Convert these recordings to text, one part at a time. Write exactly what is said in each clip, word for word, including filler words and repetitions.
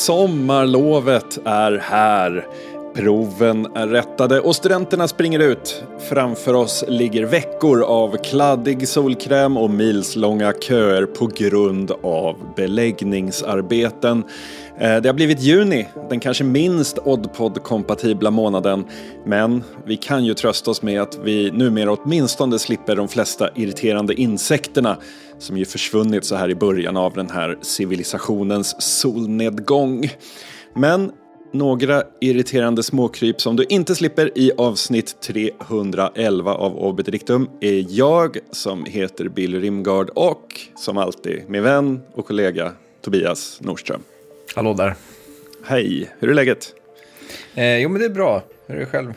Sommarlovet är här. Proven är rättade och studenterna springer ut. Framför oss ligger veckor av kladdig solkräm och milslånga köer på grund av beläggningsarbeten. Det har blivit juni, den kanske minst Oddpod-kompatibla månaden. Men vi kan ju trösta oss med att vi numera åtminstone slipper de flesta irriterande insekterna som ju försvunnit så här i början av den här civilisationens solnedgång. Men några irriterande småkryp som du inte slipper i avsnitt trehundraelva av Obiter är jag som heter Bill Rimgard och som alltid min vän och kollega Tobias Nordström. Hallå där. Hej, hur är läget? Eh, jo men det är bra, hur är det själv?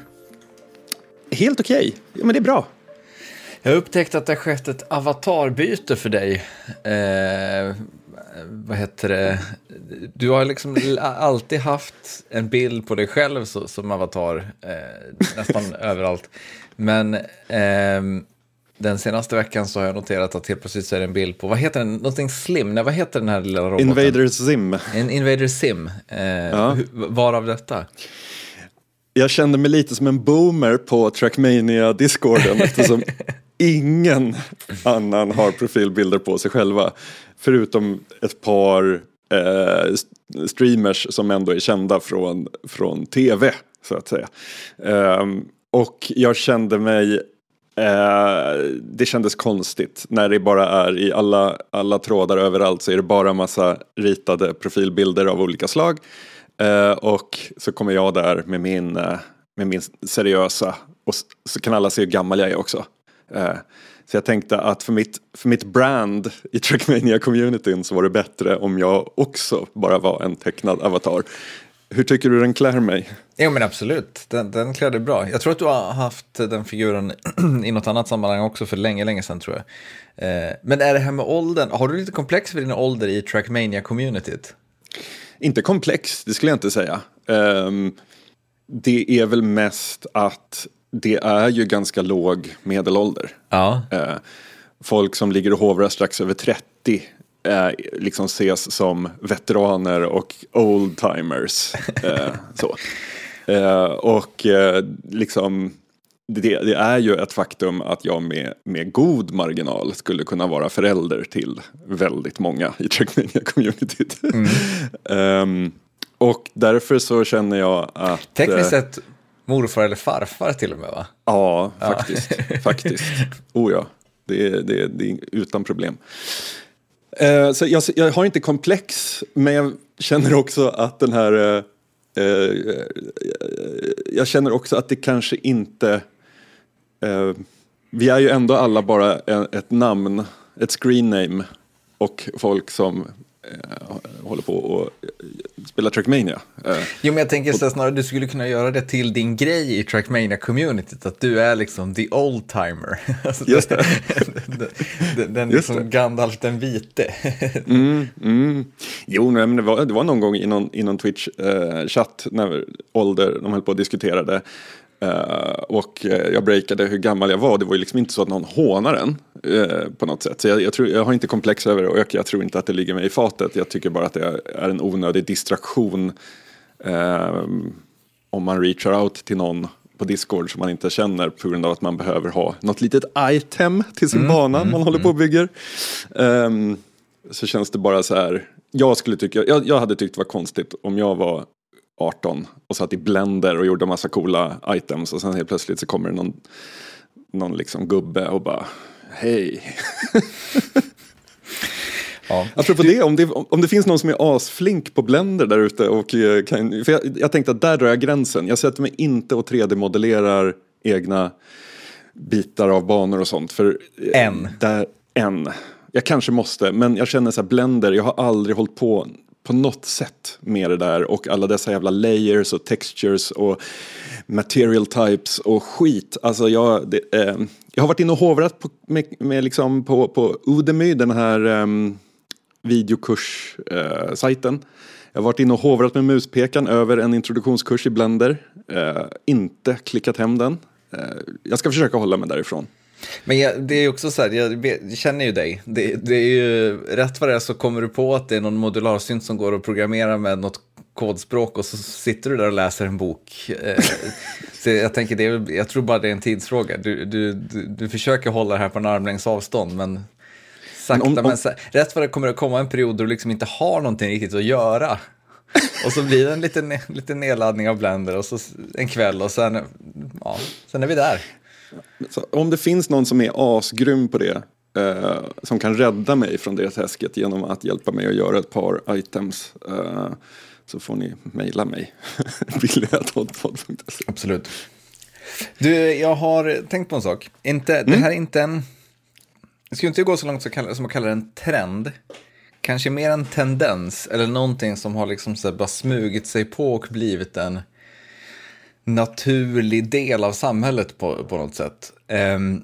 Helt okej, okay. Jo men det är bra. Jag har upptäckt att det har skett ett avatarbyte för dig. Eh, vad heter det? Du har liksom alltid haft en bild på dig själv så, som avatar eh, nästan överallt. Men eh, den senaste veckan så har jag noterat att helt plötsligt så är det en bild på, vad heter den? Någonting Slim? Nej, vad heter den här lilla roboten? Invader Zim. En Invader Zim. Eh, ja. Varav detta? Jag kände mig lite som en boomer på Trackmania-discorden eftersom ingen annan har profilbilder på sig själva. Förutom ett par eh, streamers som ändå är kända från, från tv, så att säga. Eh, och jag kände mig... Eh, det kändes konstigt när det bara är i alla, alla trådar överallt så är det bara en massa ritade profilbilder av olika slag. Uh, och så kommer jag där med min, uh, med min seriösa, och så kan alla se hur gammal jag är också. Uh, så jag tänkte att för mitt, för mitt brand i Trackmania-communityn så var det bättre om jag också bara var en tecknad avatar. Hur tycker du den klär mig? Jo men absolut, den, den klär dig bra. Jag tror att du har haft den figuren i något annat sammanhang också för länge, länge sedan tror jag. Uh, men är det här med åldern, har du lite komplex för din ålder i Trackmania-communityt? Inte komplex, det skulle jag inte säga. Um, det är väl mest att det är ju ganska låg medelålder. Ja. Uh, folk som ligger och hovrar strax över trettio uh, liksom ses som veteraner och oldtimers. uh, så. Uh, och uh, liksom... Det, det är ju ett faktum att jag med, med god marginal skulle kunna vara förälder till väldigt många i Trackmania-communityt. Mm. um, och därför så känner jag att... Tekniskt sett morfar eller farfar till och med, va? Ja, faktiskt. Ja. faktiskt. Oh ja, det är, det är, det är utan problem. Uh, så jag, jag har inte komplex, men jag känner också att den här... Uh, uh, jag känner också att det kanske inte... Uh, vi är ju ändå alla bara en, ett namn, ett screen name och folk som uh, håller på och spelar Trackmania. Uh, jo men jag tänker så snarare du skulle kunna göra det till din grej i Trackmania-communityt, att du är liksom the old-timer. Alltså just det. den den, den liksom det. Gandalf den vite. mm, mm. Jo, men det var, det var någon gång i någon, i någon Twitch-chatt uh, när ålder, de höll på att diskuterade. Uh, och uh, jag breakade hur gammal jag var. Det var ju liksom inte så att någon hånar en uh, på något sätt. Så jag, jag, tror, jag har inte komplex över det och jag, jag tror inte att det ligger mig i fatet. Jag tycker bara att det är, är en onödig distraktion uh, om man reachar out till någon på Discord som man inte känner på grund av att man behöver ha något litet item till sin mm, bana mm, man håller mm. på och bygger. Um, så känns det bara så här. Jag skulle tycka, jag, jag hade tyckt det var konstigt om jag var arton och satt i Blender och gjorde massa coola items och sen helt plötsligt så kommer det någon, någon liksom gubbe och bara hej. Ja. Apropå det, om det, om det finns någon som är asflink på Blender där ute och kan, för jag, jag tänkte att där drar jag gränsen. Jag sätter mig inte och tre D-modellerar egna bitar av banor och sånt. För en. Där, en. Jag kanske måste, men jag känner så här Blender, jag har aldrig hållit på på något sätt med det där och alla dessa jävla layers och textures och material types och skit. Alltså jag, det, eh, jag har varit inne och hovrat på, med, med liksom på, på Udemy, den här um, videokurs-sajten. Uh, jag har varit inne och hovrat med muspekan över en introduktionskurs i Blender. Uh, inte klickat hem den. Uh, jag ska försöka hålla mig därifrån. Men jag, det är också så här, jag, jag känner ju dig. Det, det är ju rätt vad det är så kommer du på att det är någon modularsynt som går att programmera med något kodspråk och så sitter du där och läser en bok. Eh, så jag tänker, det är, jag tror bara det är en tidsfråga. Du, du, du, du försöker hålla det här på en armlängds avstånd, men sakta men, om, om... men rätt vad det kommer att komma en period då du liksom inte har någonting riktigt att göra. Och så blir det en liten, liten nedladdning av Blender och så en kväll och sen, ja, sen är vi där. Så om det finns någon som är asgrym på det, eh, som kan rädda mig från det häsket genom att hjälpa mig att göra ett par items, eh, så får ni mejla mig. billy at hotpod punkt se. Absolut. Du, jag har tänkt på en sak. Inte, mm. Det här är inte en... Jag skulle inte gå så långt som att kalla det en trend. Kanske mer en tendens. Eller någonting som har liksom så bara smugit sig på och blivit en naturlig del av samhället på, på något sätt. Um,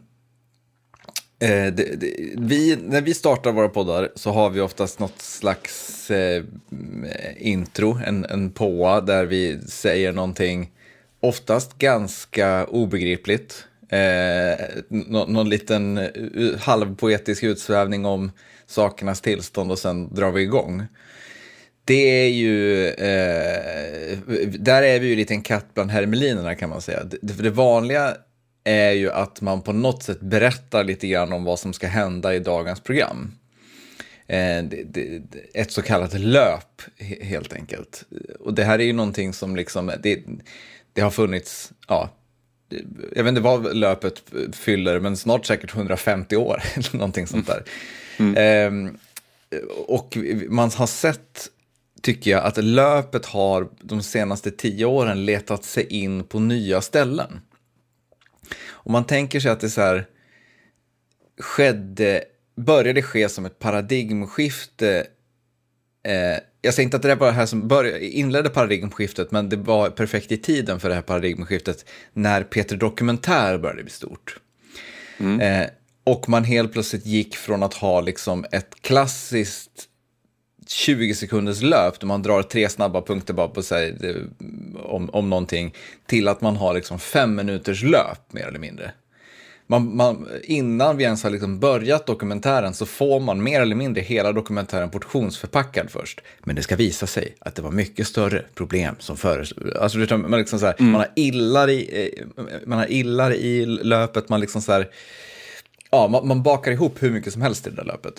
eh, det, det, vi, när vi startar våra poddar så har vi oftast något slags eh, intro, en, en påa där vi säger någonting oftast ganska obegripligt. Eh, nå, någon liten uh, halvpoetisk utsvävning om sakernas tillstånd och sen drar vi igång. Det är ju, eh, där är vi ju lite en katt bland hermelinerna kan man säga. Det, för det vanliga är ju att man på något sätt berättar lite grann om vad som ska hända i dagens program. Eh, det, det, ett så kallat löp helt enkelt. Och det här är ju någonting som liksom, det, det har funnits, ja, jag vet inte vad löpet fyller, men snart säkert hundrafemtio år eller någonting sånt där. Mm. Eh, och man har sett, tycker jag, att löpet har de senaste tio åren letat sig in på nya ställen. Och man tänker sig att det så här skedde, började ske som ett paradigmskifte. Eh, jag säger inte att det är bara här som började, inledde paradigmskiftet, men det var perfekt i tiden för det här paradigmskiftet när Peter Dokumentär började bli stort. Mm. Eh, och man helt plötsligt gick från att ha liksom ett klassiskt tjugo sekunders löp där man drar tre snabba punkter bara på sig om, om någonting, till att man har liksom fem minuters löp mer eller mindre. Man, man, innan vi ens har liksom börjat dokumentären så får man mer eller mindre hela dokumentären portionsförpackad först. Men det ska visa sig att det var mycket större problem som föreslog. Alltså, man, liksom så här, mm. man har illar i, man har illar i löpet, man liksom så här, ja, man, man bakar ihop hur mycket som helst i det där löpet.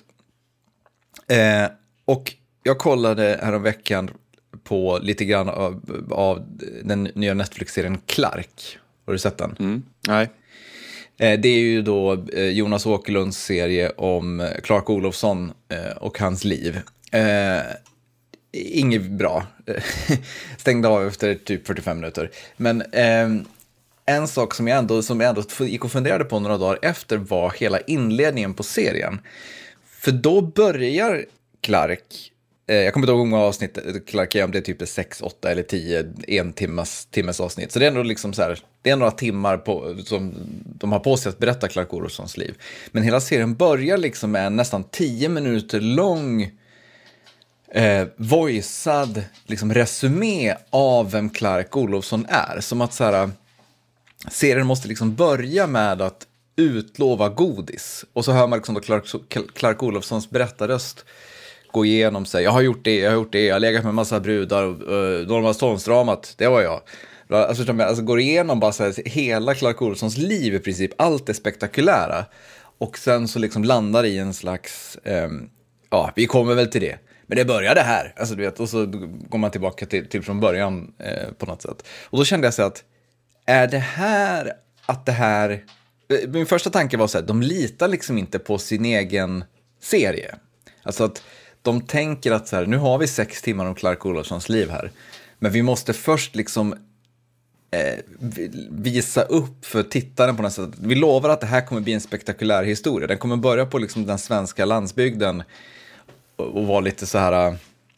Eh, och jag kollade häromveckan på lite grann av, av den nya Netflix-serien Clark. Har du sett den? Mm. Nej. Eh, det är ju då eh, Jonas Åkerlunds serie om Clark Olofsson eh, och hans liv. Eh, inget bra. Stängde av efter typ fyrtiofem minuter. Men eh, en sak som jag, ändå, som jag ändå gick och funderade på några dagar efter var hela inledningen på serien. För då börjar Clark, eh, jag kommer inte ihåg hur många avsnitt Clark är, om det är typ sex, åtta eller tio en timmas, timmes avsnitt. Så det är ändå liksom så här, det är några timmar på, som de har på sig att berätta Clark Olofssons liv. Men hela serien börjar liksom med en nästan tio minuter lång eh, voicead liksom resumé av vem Clark Olofsson är. Som att så här, serien måste liksom börja med att utlova godis. Och så hör man liksom då Clark, Clark Olofssons berättarröst gå igenom sig. Jag har gjort det, jag har gjort det, jag har legat med en massa brudar. Uh, Norrmalmstorgsdramat, det var jag. Alltså, alltså går igenom bara så här, hela Clark Olofssons liv i princip. Allt är spektakulära. Och sen så liksom landar i en slags, um, ja, vi kommer väl till det. Men det började här. Alltså, du vet, och så går man tillbaka till, till från början eh, på något sätt. Och då kände jag så att, är det här att det här... Min första tanke var så här, de litar liksom inte på sin egen serie. Alltså att de tänker att så här, nu har vi sex timmar om Clark Olofssons liv här. Men vi måste först liksom eh, visa upp för tittaren på något sätt. Vi lovar att det här kommer bli en spektakulär historia. Den kommer börja på liksom den svenska landsbygden och, och vara lite så här...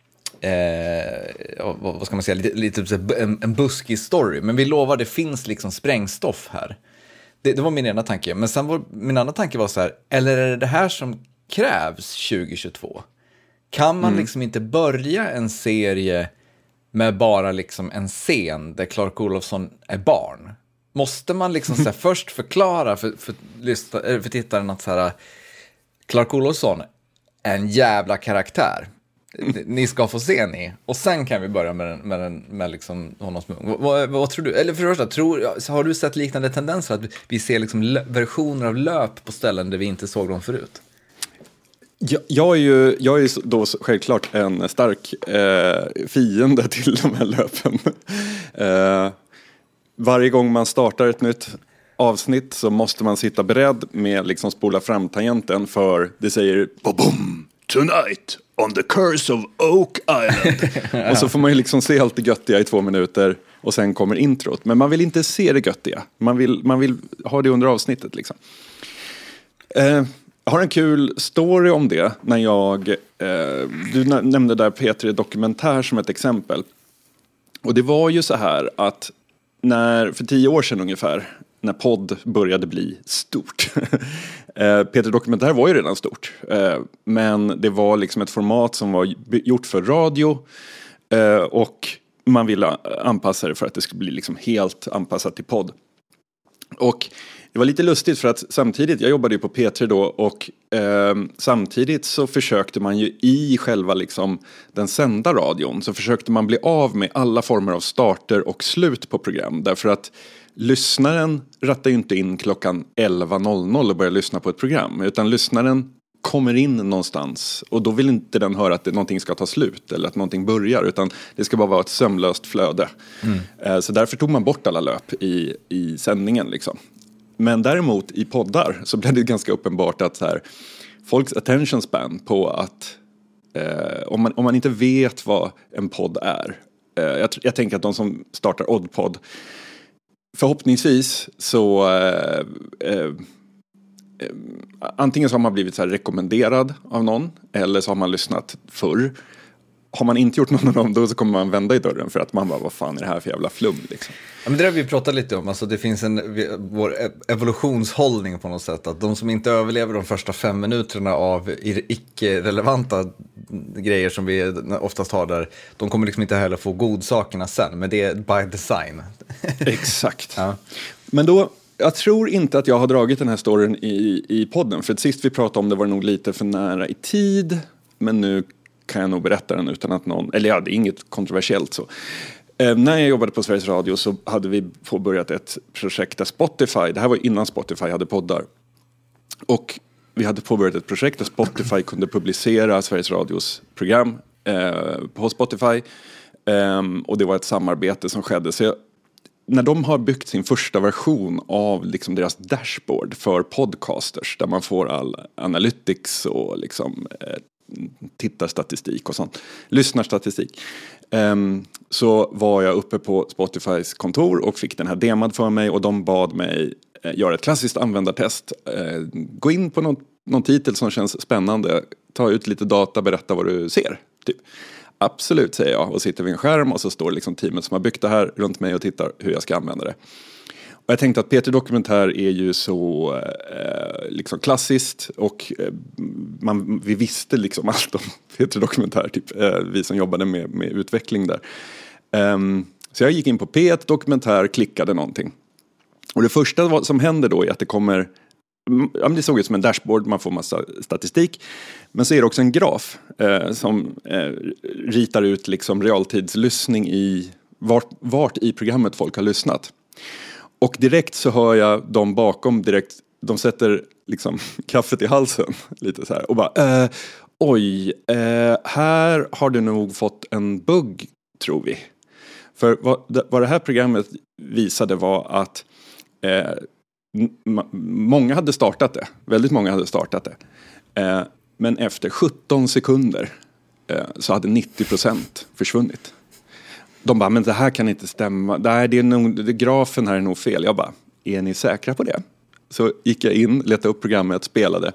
Eh, vad ska man säga? Lite, lite en, en buskig story. Men vi lovar, det finns liksom sprängstoff här. Det, det var min ena tanke. Men sen var min andra tanke var så här, eller är det det här som krävs tjugo tjugotvå? Kan man mm. liksom inte börja en serie med bara liksom en scen där Clark Olofsson är barn? Måste man liksom så här först förklara för, för, för, för tittaren att så här, Clark Olofsson är en jävla karaktär. ni ska få se ni. Och sen kan vi börja med, den, med, den, med liksom honom som ung. Vad, vad, vad tror du? Eller för det första, tror, har du sett liknande tendenser? Att vi ser liksom lö, versioner av löp på ställen där vi inte såg dem förut? Jag, jag är ju jag är då självklart en stark eh, fiende till de här löpen. eh, varje gång man startar ett nytt avsnitt så måste man sitta beredd med liksom spola fram tangenten, för det säger boom, tonight on the curse of Oak Island. Och så får man ju liksom se allt det göttiga i två minuter och sen kommer introt. Men man vill inte se det göttiga. Man vill, man vill ha det under avsnittet liksom. Eh, Jag har en kul story om det när jag, eh, du nämnde där P tre Dokumentär som ett exempel. Och det var ju så här att när, för tio år sedan ungefär, när podd började bli stort. eh, P tre Dokumentär var ju redan stort. Eh, men det var liksom ett format som var gjort för radio. Eh, och man ville anpassa det för att det skulle bli liksom helt anpassat till podd. Och det var lite lustigt för att samtidigt, jag jobbade ju på P tre då, och eh, samtidigt så försökte man ju i själva liksom den sända radion, så försökte man bli av med alla former av starter och slut på program. Därför att lyssnaren rattar ju inte in klockan elva noll noll och börjar lyssna på ett program, utan lyssnaren kommer in någonstans och då vill inte den höra att det, någonting ska ta slut eller att någonting börjar, utan det ska bara vara ett sömlöst flöde. Mm. Eh, så därför tog man bort alla löp i, i sändningen liksom. Men däremot i poddar så blev det ganska uppenbart att så här, folks attention span på att eh, om, man, om man inte vet vad en podd är. Eh, jag, jag tänker att de som startar Oddpod, förhoppningsvis så eh, eh, eh, antingen så har man blivit så här rekommenderad av någon, eller så har man lyssnat förr. Har man inte gjort någon av dem, då så kommer man vända i dörren för att man bara, vad fan är det här för jävla flum liksom. Ja, men det har vi pratat lite om, alltså det finns en vi, vår evolutionshållning på något sätt, att de som inte överlever de första fem minuterna av icke-relevanta grejer som vi oftast har där, de kommer liksom inte heller få godsakerna sen, men det är by design. Exakt. Ja. Men då, jag tror inte att jag har dragit den här storyn i, i podden, för att sist vi pratade om det var nog lite för nära i tid, men nu kan jag nog berätta den utan att någon, eller ja, det är inget kontroversiellt så. Eh, när jag jobbade på Sveriges Radio så hade vi påbörjat ett projekt där Spotify, det här var innan Spotify hade poddar, och vi hade påbörjat ett projekt där Spotify kunde publicera Sveriges Radios program eh, på Spotify, eh, och det var ett samarbete som skedde. Så jag, när de har byggt sin första version av liksom deras dashboard för podcasters, där man får all analytics och liksom eh, tittarstatistik och sånt, lyssnarstatistik, um, så var jag uppe på Spotifys kontor och fick den här demad för mig, och de bad mig eh, göra ett klassiskt användartest, eh, gå in på någon, någon titel som känns spännande, ta ut lite data, berätta vad du ser typ. Absolut, säger jag, och sitter vid en skärm och så står liksom teamet som har byggt det här runt mig och tittar hur jag ska använda det. Och jag tänkte att P tre Dokumentär är ju så eh, liksom klassiskt, och eh, man, vi visste liksom allt om P tre Dokumentär, typ, eh, vi som jobbade med, med utveckling där. Um, så jag gick in på P tre Dokumentär, klickade någonting. Och det första som händer då är att det kommer, ja, det såg ut som en dashboard, man får massa statistik. Men så är det också en graf eh, som eh, ritar ut liksom realtidslyssning i vart, vart i programmet folk har lyssnat. Och direkt så hör jag dem bakom direkt, de sätter liksom kaffet i halsen lite så här och bara, eh, oj, eh, här har du nog fått en bugg, tror vi. För vad, vad det här programmet visade var att eh, m- många hade startat det, väldigt många hade startat det. Eh, men efter sjutton sekunder eh, så hade nittio procent försvunnit. De bara, men det här kan inte stämma. Det här, det är nog, det, grafen här är nog fel. Jag bara, är ni säkra på det? Så gick jag in, letade upp programmet, spelade.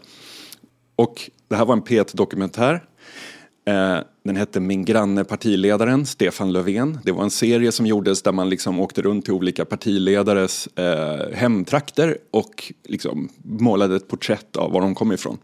Och det här var en P tre Dokumentär. Eh, den hette Min granne partiledaren, Stefan Löfven. Det var en serie som gjordes där man liksom åkte runt till olika partiledares eh, hemtrakter och liksom målade ett porträtt av var de kom ifrån.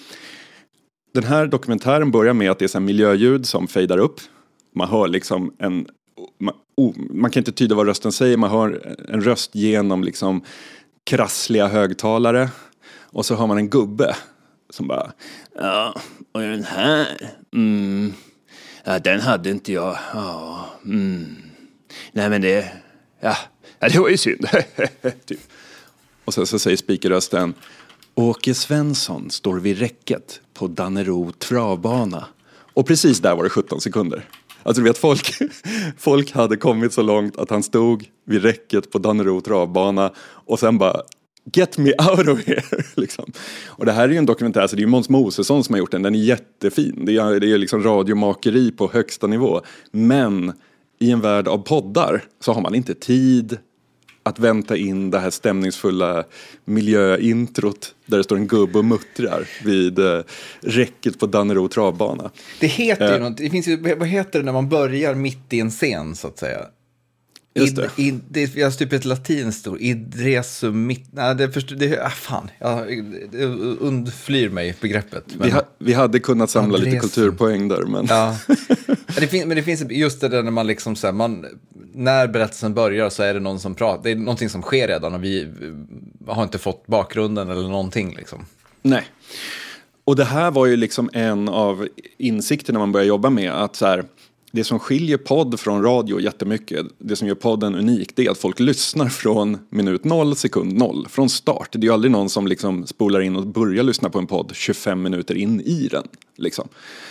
Den här dokumentären börjar med att det är så här miljöljud som fejdar upp. Man hör liksom en... Man, oh, man kan inte tyda vad rösten säger. Man hör en röst genom liksom krassliga högtalare. Och så hör man en gubbe som bara, ja, vad är den här? Mm. Ja, den hade inte jag. Ja, mm. Nej men det, ja, ja det var ju synd. Typ. Och sen så säger speakerrösten: Åke Svensson står vid räcket på Dannero travbana. Och precis där var det sjutton sekunder. Alltså du vet, folk, folk hade kommit så långt att han stod vid räcket på Dannero travbana och sen bara get me out of here. Liksom. Och det här är ju en dokumentär, så det är ju Måns Mosesson som har gjort den. Den är jättefin. Det är, det är liksom radiomakeri på högsta nivå. Men i en värld av poddar så har man inte tid att vänta in det här stämningsfulla miljöintrot där det står en gubbe och muttrar vid eh, räcket på Dannero travbana. Det heter ju eh. något, det finns ju, vad heter det när man börjar mitt i en scen så att säga? Just det. Id, id, det är typ ett latinskt ord, idresum mitt, nej det förstår, det, ah, fan, jag, det undflyr mig begreppet. Men, vi, ha, vi hade kunnat samla adresum. Lite kulturpoäng där, men... Ja. det fin, men det finns just det där när man liksom så här, man, när berättelsen börjar så är det någon som pratar, det är någonting som sker redan och vi har inte fått bakgrunden eller någonting liksom. Nej. Och det här var ju liksom en av insikterna man börjar jobba med, att så här, det som skiljer podd från radio jättemycket, det som gör podden unik, det är att folk lyssnar från minut noll, sekund noll, från start. Det är ju aldrig någon som liksom spolar in och börjar lyssna på en podd tjugofem minuter in i den. Liksom.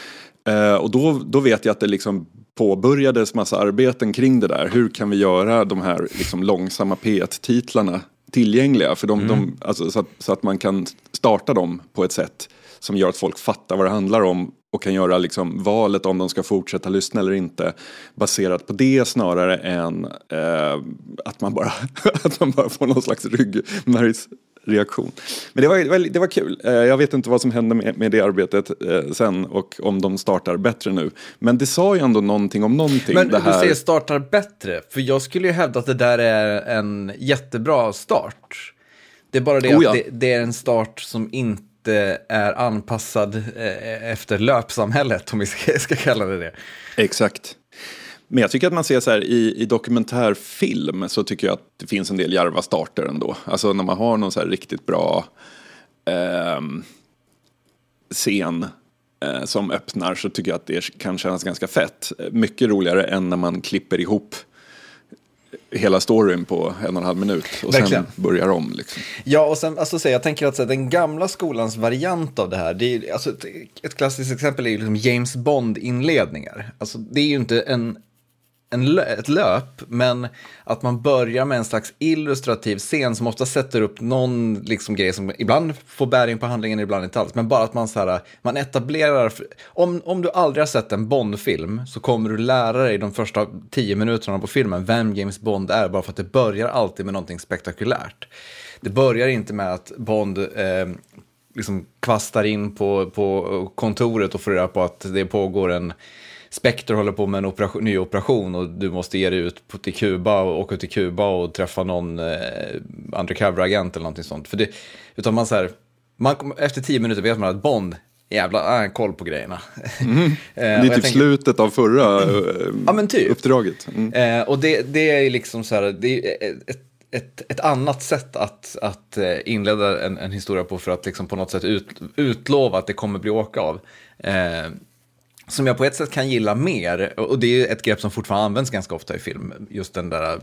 Uh, och då, då vet jag att det liksom påbörjades massa arbeten kring det där. Hur kan vi göra de här liksom långsamma P ett-titlarna tillgängliga? För de, mm. de, alltså, så, att, så att man kan starta dem på ett sätt som gör att folk fattar vad det handlar om och kan göra liksom valet om de ska fortsätta lyssna eller inte baserat på det snarare än eh, att, man bara, att man bara får någon slags ryggmärgsreaktion. Men det var, det var, det var kul. Eh, jag vet inte vad som hände med, med det arbetet eh, sen och om de startar bättre nu. Men det sa ju ändå någonting om någonting. Men det här... du säger startar bättre, för jag skulle ju hävda att det där är en jättebra start. Det är bara det oh ja. att det, det är en start som inte är anpassad eh, efter löpsamhället, om vi ska, ska kalla det det. Exakt. Men jag tycker att man ser så här i, i dokumentärfilm så tycker jag att det finns en del djärva starter ändå. Alltså när man har någon så här riktigt bra eh, scen eh, som öppnar så tycker jag att det kan kännas ganska fett. Mycket roligare än när man klipper ihop hela storyn på en och en halv minut och Verkligen. Sen börjar om liksom. Ja, och sen alltså, så jag tänker att så, den gamla skolans variant av det här, det är, alltså, ett, ett klassiskt exempel är ju liksom James Bond-inledningar. Alltså, det är ju inte en, en, ett löp, men att man börjar med en slags illustrativ scen som ofta sätter upp någon liksom, grej som ibland får bäring på handlingen, ibland inte alls. Men bara att man, så här, man etablerar... Om, om du aldrig har sett en Bond-film så kommer du lära dig de första tio minuterna på filmen vem James Bond är, bara för att det börjar alltid med någonting spektakulärt. Det börjar inte med att Bond... Eh, liksom kvastar in på, på kontoret och får reda på att det pågår en... Spectre håller på med en operation, ny operation och du måste ge dig ut på, till Kuba och åka till Kuba och träffa någon eh, undercover-agent eller någonting sånt. För det, utan man så här, man, efter tio minuter vet man att Bond jävla äh, koll på grejerna. Mm. Det är typ tänker, slutet av förra eh, ja, men typ. uppdraget. Mm. Eh, och det, det är liksom så här, det är ett, ett, ett annat sätt att, att inleda en, en historia på för att liksom på något sätt ut, utlova att det kommer bli åka av. Eh, Som jag på ett sätt kan gilla mer, och det är ett grepp som fortfarande används ganska ofta i film, just den där,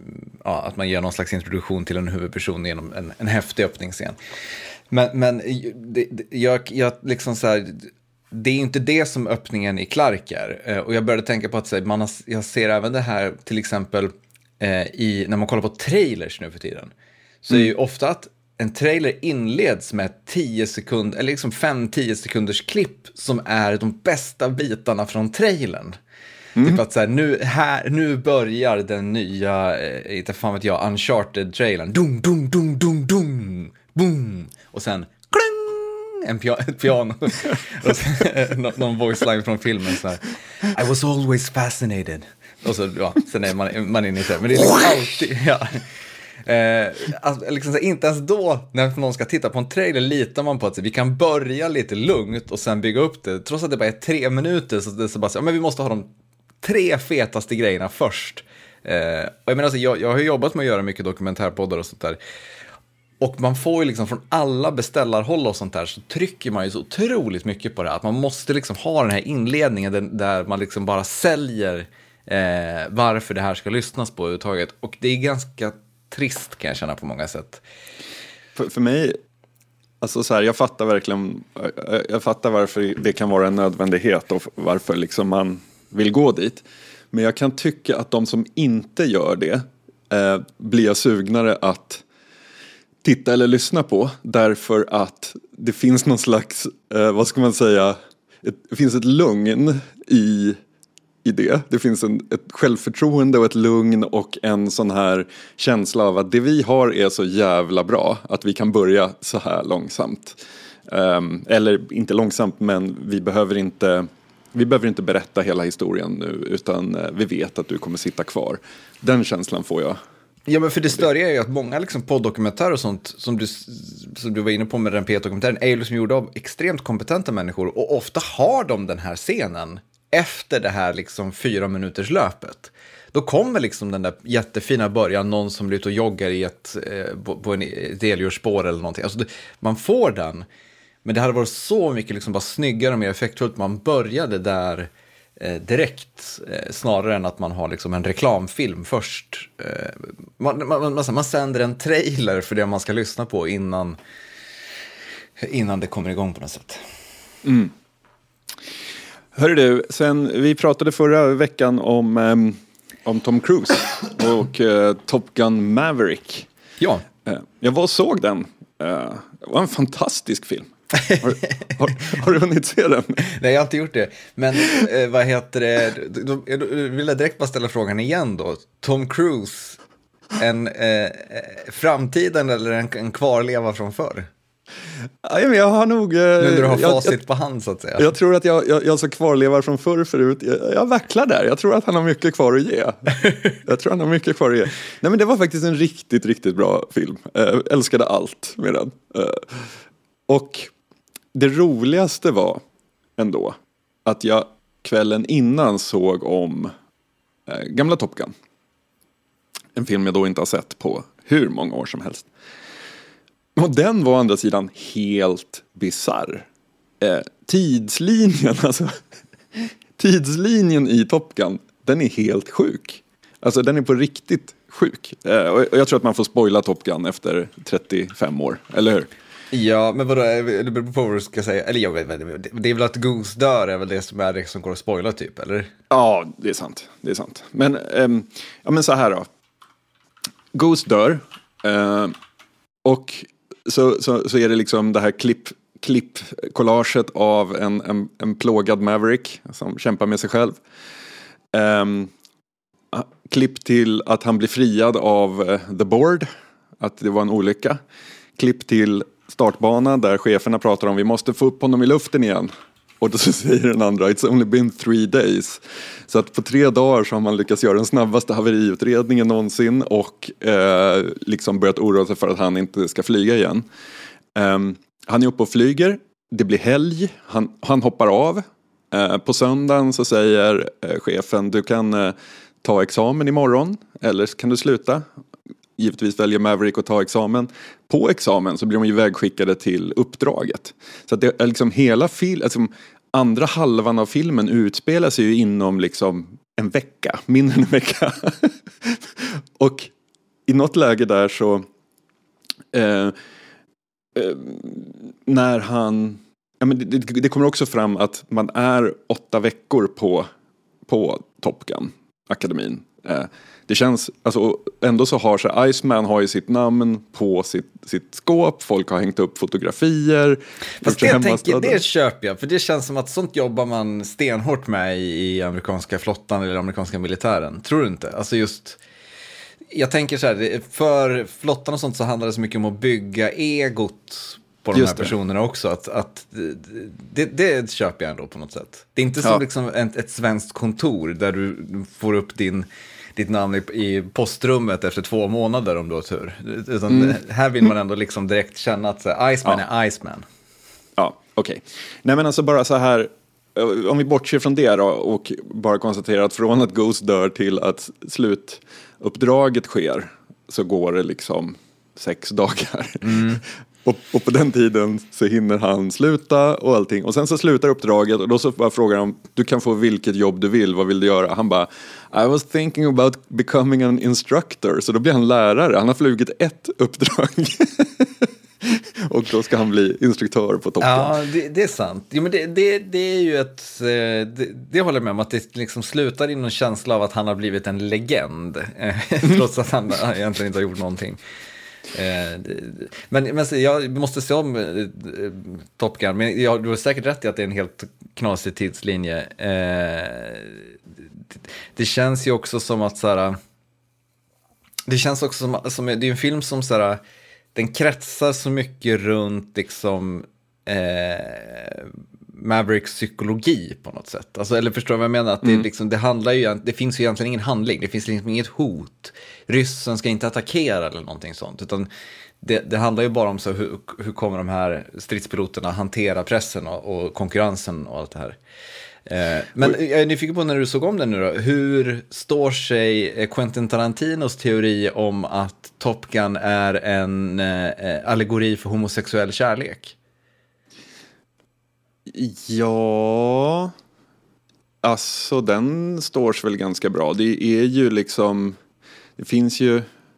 ja, att man ger någon slags introduktion till en huvudperson genom en, en häftig öppningsscen. Men, men det, jag, jag liksom så här, det är inte det som öppningen i Clark är. Och jag började tänka på att man har, jag ser även det här till exempel eh, i, när man kollar på trailers nu för tiden, så mm. är ju ofta att en trailer inleds med tio sekund, eller liksom fem till tio sekunders klipp som är de bästa bitarna från trailern. Mm. Typ att så här, nu, här, nu börjar den nya, eh, inte fan vet jag, Uncharted-trailern. Dum, dum, dum, dum, dum, boom. Och sen, kling, en pia- ett piano. Och sen, någon, någon voice line från filmen så här. I was always fascinated. Och så, ja, sen är man, man inne i det. Men det är liksom alltid, ja. Eh, alltså, liksom, så inte ens då när någon ska titta på en trailer litar man på att så, vi kan börja lite lugnt och sen bygga upp det, trots att det bara är tre minuter så det är så bara så, ja, men vi måste ha de tre fetaste grejerna först. eh, och jag menar alltså, jag, jag har jobbat med att göra mycket dokumentärpoddar och sånt där, Och man får ju liksom från alla beställarhåll och sånt där så trycker man ju så otroligt mycket på det. Att man måste liksom ha den här inledningen där man liksom bara säljer eh, varför det här ska lyssnas på överhuvudtaget. Och det är ganska trist kan jag känna på många sätt. För, för mig, alltså så här, jag fattar verkligen, jag fattar varför det kan vara en nödvändighet och varför liksom man vill gå dit. Men jag kan tycka att de som inte gör det eh, blir sugnare att titta eller lyssna på, därför att det finns någon slags, eh, vad ska man säga, ett, det finns ett lugn i, i det. Det finns en, ett självförtroende och ett lugn och en sån här känsla av att det vi har är så jävla bra att vi kan börja så här långsamt. Um, eller inte långsamt, men vi behöver inte, vi behöver inte berätta hela historien nu, utan uh, vi vet att du kommer sitta kvar. Den känslan får jag. Ja, men för det störiga är ju att många liksom poddokumentärer och sånt som du, som du var inne på med den P ett-dokumentären är ju liksom gjorda av extremt kompetenta människor, och ofta har de den här scenen efter det här liksom fyra minuters löpet. Då kommer liksom den där jättefina början, någon som blir ute och joggar i ett, eh, på en deldjursspår eller någonting. Alltså det, man får den, men det hade varit så mycket liksom bara snyggare och mer effektfullt. Man började där eh, direkt, eh, snarare än att man har liksom en reklamfilm först. Eh, man, man, man, man sänder en trailer för det man ska lyssna på innan, innan det kommer igång på något sätt. Mm. Hörru du, sen vi pratade förra veckan om, um, om Tom Cruise och uh, Top Gun Maverick. Ja. Uh, jag var och såg den. Uh, det var en fantastisk film. Har, har, har du hunnit se den? Nej, jag har inte gjort det. Men eh, vad heter det? Då, då vill jag direkt bara ställa frågan igen då. Tom Cruise, en eh, framtiden eller en, en kvarleva från förr? Ja, men jag har nog... Eh, nu när du har facit jag, på hand så att säga. Jag tror att jag, jag, jag så kvarlevar från förr förut. Jag, jag vacklar där. Jag tror att han har mycket kvar att ge. Jag tror han har mycket kvar att ge. Nej, men det var faktiskt en riktigt, riktigt bra film. Eh, älskade allt med den. Eh, och det roligaste var ändå att jag kvällen innan såg om eh, gamla Top Gun. En film jag då inte har sett på hur många år som helst. Och den var å andra sidan helt bizarr. Eh, tidslinjen, alltså tidslinjen i Top Gun, den är helt sjuk. Alltså den är på riktigt sjuk. Eh, och jag tror att man får spoila Top Gun efter trettiofem år, eller hur? Ja, men vadå, det beror på vad du ska säga. Eller jag vet, det är väl att Goose dör är väl det som är det som går att spoila typ, eller? Ja, det är sant. Det är sant. Men, ehm, ja, men så här då. Goose dör. Eh, och så, så, så är det liksom det här klipp, klipp-collaget av en, en, en plågad Maverick som kämpar med sig själv. Um, klipp till att han blir friad av uh, The Board, att det var en olycka. Klipp till startbanan där cheferna pratar om vi måste få upp honom i luften igen. Och då så säger den andra, it's only been three days. Så att på tre dagar så har man lyckats göra den snabbaste haveriutredningen någonsin och eh, liksom börjat oroa sig för att han inte ska flyga igen. Um, han är uppe och flyger, det blir helg, han, han hoppar av. Uh, på söndagen så säger uh, chefen, du kan uh, ta examen imorgon eller kan du sluta. Givetvis väljer Maverick att ta examen. På examen så blir de ju vägskickade till uppdraget. Så att det är liksom hela film, alltså andra halvan av filmen utspelar sig ju inom liksom en vecka, mindre än en vecka. Och i något läge där så eh, eh, när han ja, men det, det kommer också fram att man är åtta veckor på, på Top Gun-akademin. Eh, det känns, alltså ändå så har sig Iceman har ju sitt namn på sitt, sitt skåp, folk har hängt upp fotografier. Fast det, jag tänker, det köper jag, för det känns som att sånt jobbar man stenhårt med i, i amerikanska flottan eller amerikanska militären, tror du inte? Alltså just, jag tänker så här, för flottan och sånt så handlar det så mycket om att bygga egot på de just här personerna det. Också, att, att det, det köper jag ändå på något sätt. Det är inte som ja. liksom ett, ett svenskt kontor där du får upp din ditt namn i, i postrummet efter två månader om du har tur. Utan mm. här vill man ändå liksom direkt känna att så, Iceman ja. är Iceman. Ja, okej. Okay. Nej men alltså bara så här, om vi bortser från det då och bara konstaterar att från att Goose dör till att slutuppdraget sker så går det liksom sex dagar. Mm. och, och på den tiden så hinner han sluta och allting. Och sen så slutar uppdraget och då så bara frågar han, du kan få vilket jobb du vill, vad vill du göra? Han bara, I was thinking about becoming an instructor. Så då blir han lärare, han har flugit ett uppdrag. Och då ska han bli instruktör på Top Gun. Ja, det, det är sant. Jo, men det, det, det är ju ett... Det, det håller jag med om, att det liksom slutar i någon känsla av att han har blivit en legend. Trots att han egentligen inte har gjort någonting. Men, men jag måste se om Top Gun. Men jag, du har säkert rätt i att det är en helt knasig tidslinje. Det känns ju också som att... Så här, det känns också som, som... Det är en film som... Så här, den kretsar så mycket runt liksom eh, Mavericks psykologi på något sätt. Alltså, eller förstår du vad jag menar? Att det, mm. liksom, det handlar ju, det finns ju egentligen ingen handling. Det finns liksom inget hot. Ryssen ska inte attackera eller någonting sånt. Utan det, det handlar ju bara om så hur, hur kommer de här stridspiloterna hantera pressen och, och konkurrensen och allt det här. Eh, men jag är nyfiken på när du såg om den nu då. Hur står sig Quentin Tarantinos teori om att Top Gun är en eh, allegori för homosexuell kärlek? Ja, alltså den står sig väl ganska bra. Det är ju liksom, det finns ju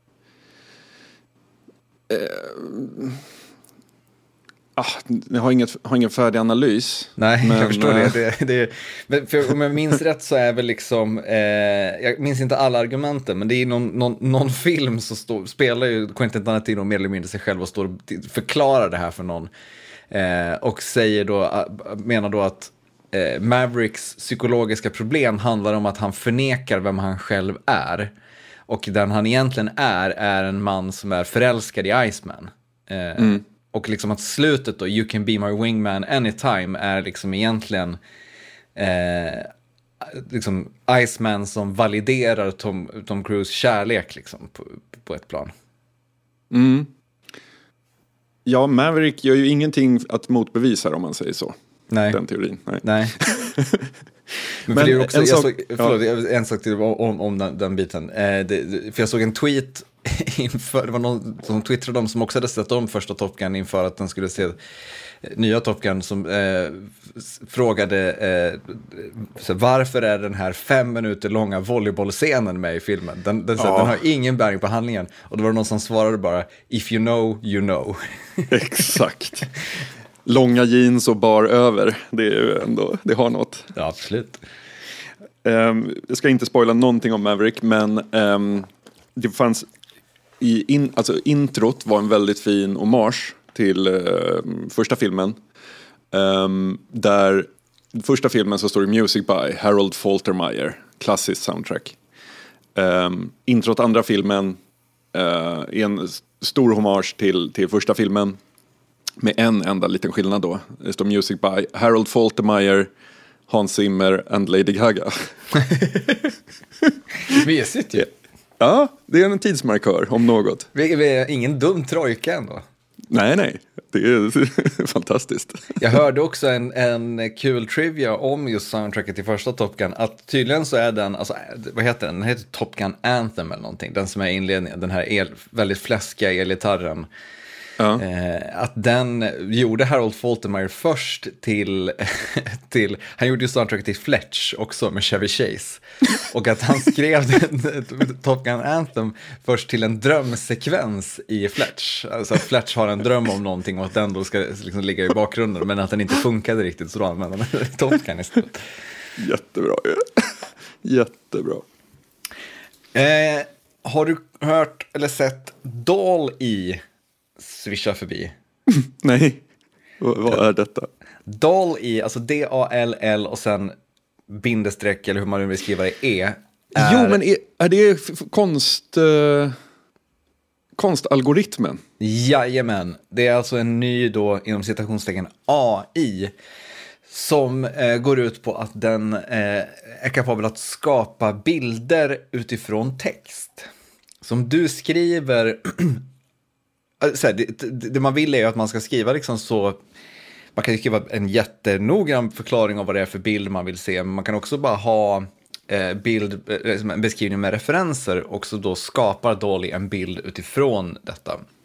eh, Ah, jag har, inget, har ingen färdig analys. Nej, men, jag förstår det. det, det men för, om jag minns rätt så är väl liksom, eh, jag minns inte alla argumenten, men det är någon, någon, någon film så stå, spelar ju Quentin Tarantino mer eller mindre sig själv och står och förklarar det här för någon. Eh, och säger då, menar då att eh, Mavericks psykologiska problem handlar om att han förnekar vem han själv är. Och den han egentligen är, är en man som är förälskad i Iceman. Eh, mm. Och liksom att slutet då, you can be my wingman anytime, är liksom egentligen eh, liksom Iceman som validerar Tom, Tom Cruise kärlek liksom på, på ett plan. Mm. Ja, Maverick gör ju ingenting att motbevisa om man säger så. Nej. Den teorin. Nej. Nej. Men, Men också, en, jag sak, såg, förlåt, ja. en sak till om, om den, den biten. Eh, det, för jag såg en tweet inför, det var någon som twittrade om som också hade sett om första Top Gun inför att den skulle se nya Top Gun, som eh, frågade eh, så varför är den här fem minuter långa volleybollscenen med i filmen? Den, den, så, ja. den har ingen bäring på handlingen. Och då var det någon som svarade bara, if you know, you know. Exakt. Långa jeans och bar över, det är ju ändå, det har något. Ja, absolut. Um, jag ska inte spoila någonting om Maverick, men um, det fanns i in, alltså introt var en väldigt fin hommage till uh, första filmen. Um, där första filmen så står det Music by Harold Faltermeyer, klassisk soundtrack. Um, introt andra filmen uh, är en stor hommage till, till första filmen. Med en enda liten skillnad då. Det står Music by Harold Faltermeyer, Hans Zimmer and Lady Gaga. Mesigt ju. Ja, det är en tidsmarkör om något. Vi, vi är ingen dum trojka ändå. Nej, nej. Det är fantastiskt. Jag hörde också en, en kul trivia om just soundtracket till första Top Gun. Att tydligen så är den, alltså, vad heter den? Den heter Top Gun Anthem eller någonting. Den som är inledningen, den här el, väldigt fläskiga elgitarren. Ja. Eh, att den gjorde Harold Faltermeyer först till, till han gjorde ju soundtrack till Fletch också med Chevy Chase, och att han skrev Top Gun Anthem först till en drömsekvens i Fletch, alltså att Fletch har en dröm om någonting och att den då ska liksom ligga i bakgrunden, men att den inte funkade riktigt, så då använde man Top Gun istället. Jättebra. Jättebra. eh, Har du hört eller sett Dall-E swisha förbi? Nej, v- vad är detta? Dall-E, alltså D A L L och sen bindestreck, eller hur man nu vill skriva det, E. Är... Jo, men är, är det f- konst, uh, konstalgoritmen? Jajamän, det är alltså en ny då, inom citationstecken, A I som eh, går ut på att den eh, är kapabel att skapa bilder utifrån text. Som du skriver... Så här, det, det, det man vill är ju att man ska skriva liksom så, man kan ju skriva en jättenoggrann förklaring av vad det är för bild man vill se, men man kan också bara ha eh, bild, eh, en beskrivning med referenser, och så då skapar Dall-E en bild utifrån detta.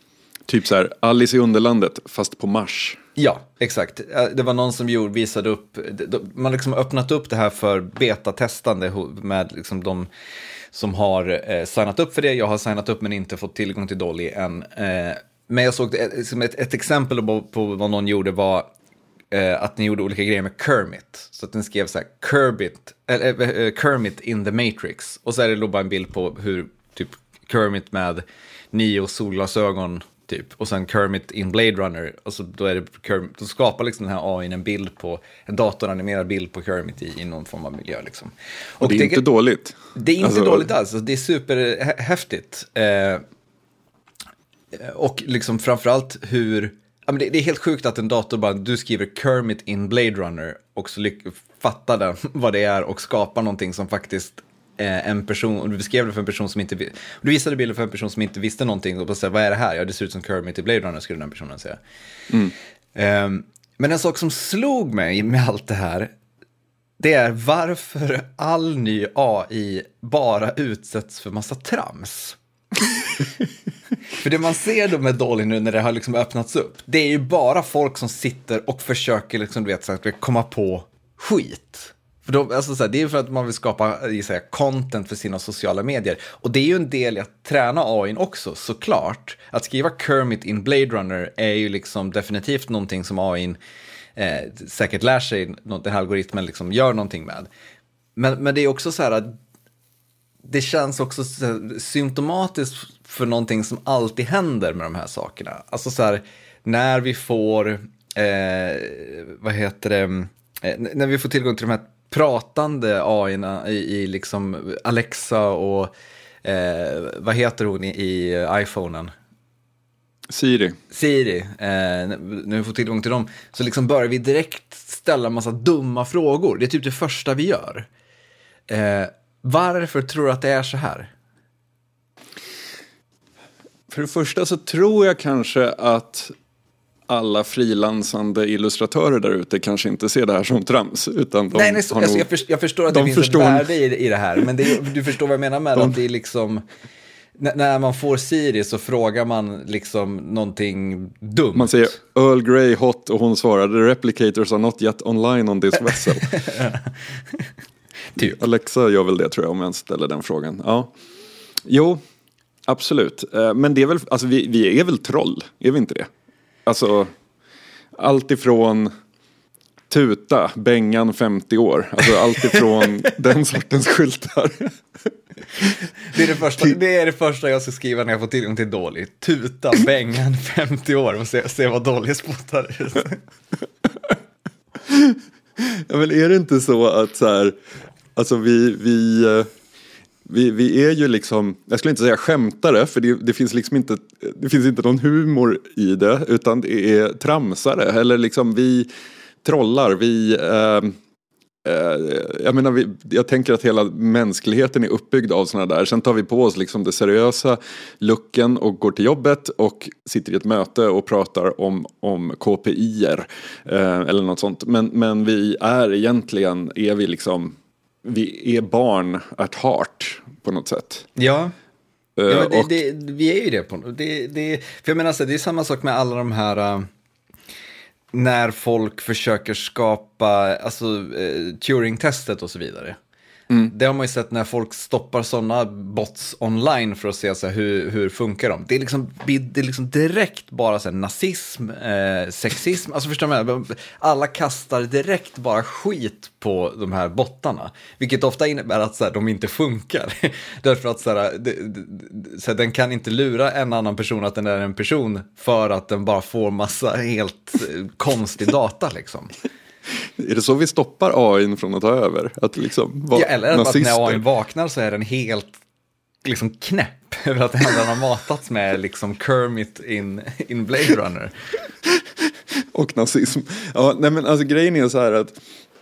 Typ så här, Alice i Underlandet, fast på Mars. Ja, exakt. Det var någon som gjorde, visade upp, man liksom öppnat upp det här för betatestande med liksom de som har eh, signat upp för det. Jag har signat upp men inte fått tillgång till Dolly än. Eh, men jag såg ett, som ett, ett exempel på, på vad någon gjorde var eh, att ni gjorde olika grejer med Kermit. Så att den skrev så här, Kermit, äh, äh, Kermit in the Matrix. Och så är det då bara en bild på hur typ Kermit med Neo solglasögon typ. Och sen Kermit in Blade Runner. Och så då är det Kermit, då skapar liksom den här A I en bild på, en datoranimerad bild på Kermit i, i någon form av miljö liksom. Och, och det är det, inte dåligt. Det är inte alltså... dåligt alls. Det är superhäftigt. Eh, och liksom framförallt hur, ja, men det, det är helt sjukt att en dator bara, du skriver Kermit in Blade Runner och så lyck, fattar den vad det är och skapar någonting som faktiskt en person, och du beskrev det för en person som inte, du visade bilden för en person som inte visste någonting och bara säga, vad är det här? Ja, det ser ut som Kermit i Blade Runner, skulle den personen säga. Mm. Um, men en sak som slog mig med allt det här, det är varför all ny A I bara utsätts för massa trams. För det man ser då med Dolly nu när det har liksom öppnats upp, det är ju bara folk som sitter och försöker liksom, du vet, så att komma på skit. För då, alltså så här, det är för att man vill skapa så här, content för sina sociala medier. Och det är ju en del i att träna A I också, såklart. Att skriva Kermit in Blade Runner är ju liksom definitivt någonting som A I eh, säkert lär sig, den här algoritmen liksom gör någonting med. Men, men det är också så här att det känns också så här, symptomatiskt för någonting som alltid händer med de här sakerna. Alltså så här, när vi får, eh, vad heter det, eh, när vi får tillgång till de här pratande A I-erna i, i liksom Alexa och eh, vad heter hon i, i iPhonen? Siri. Siri. Eh, när vi får tillgång till dem så liksom börjar vi direkt ställa en massa dumma frågor. Det är typ det första vi gör. Eh, varför tror du att det är så här? För det första så tror jag kanske att alla frilansande illustratörer där ute kanske inte ser det här som trams. Utan de nej, nej, så, har alltså, nog, jag, förstår, jag förstår att det finns förstår... ett värde i, i det här. Men det är, du förstår vad jag menar med de... att det är liksom... N- när man får Siri så frågar man liksom någonting dumt. Man säger Earl Grey hot och hon svarade replicators are not yet online on this vessel. Typ. Alexa gör väl det, tror jag, om jag ställer den frågan. Ja. Jo, absolut. Men det är väl, alltså vi, vi är väl troll, är vi inte det? Alltså, allt ifrån tuta, Bengan femtio år. Alltså allt ifrån den sortens skyltar. Det är det, första, det är det första jag ska skriva när jag får tillgång till Dolly. Tuta, Bengan femtio år och se, se vad Dolly spottar ut. Ja, men är det inte så att så här, alltså vi... vi Vi, vi är ju liksom, jag skulle inte säga skämtare, för det, det finns liksom inte, det finns inte någon humor i det, utan det är tramsare, eller liksom vi trollar, vi, eh, eh, jag menar, vi, jag tänker att hela mänskligheten är uppbyggd av sådana där, sen tar vi på oss liksom det seriösa looken och går till jobbet och sitter i ett möte och pratar om, om K P I-er, eh, eller något sånt, men, men vi är egentligen, är vi liksom, vi är barn at heart på något sätt. Ja, uh, ja det, och... det, vi är ju det. På, det, det för jag menar, så, det är samma sak med alla de här... Uh, när folk försöker skapa alltså, uh, Turing-testet och så vidare. Mm. Det har man ju sett när folk stoppar sådana bots online för att se så här, hur, hur funkar de. Det är liksom, det är liksom direkt bara så här, nazism, eh, sexism. Alltså förstår man, alla kastar direkt bara skit på de här bottarna. Vilket ofta innebär att så här, de inte funkar. Därför att så här, det, det, så här, den kan inte lura en annan person att den är en person för att den bara får massa helt eh, konstig data liksom. Är det så vi stoppar A I från att ta över? Att liksom vara ja, eller nazister? Att när A I vaknar så är den helt liksom knäpp över att den har matats med liksom Kermit in, in Blade Runner. Och nazism. Ja, nej men alltså grejen är så här att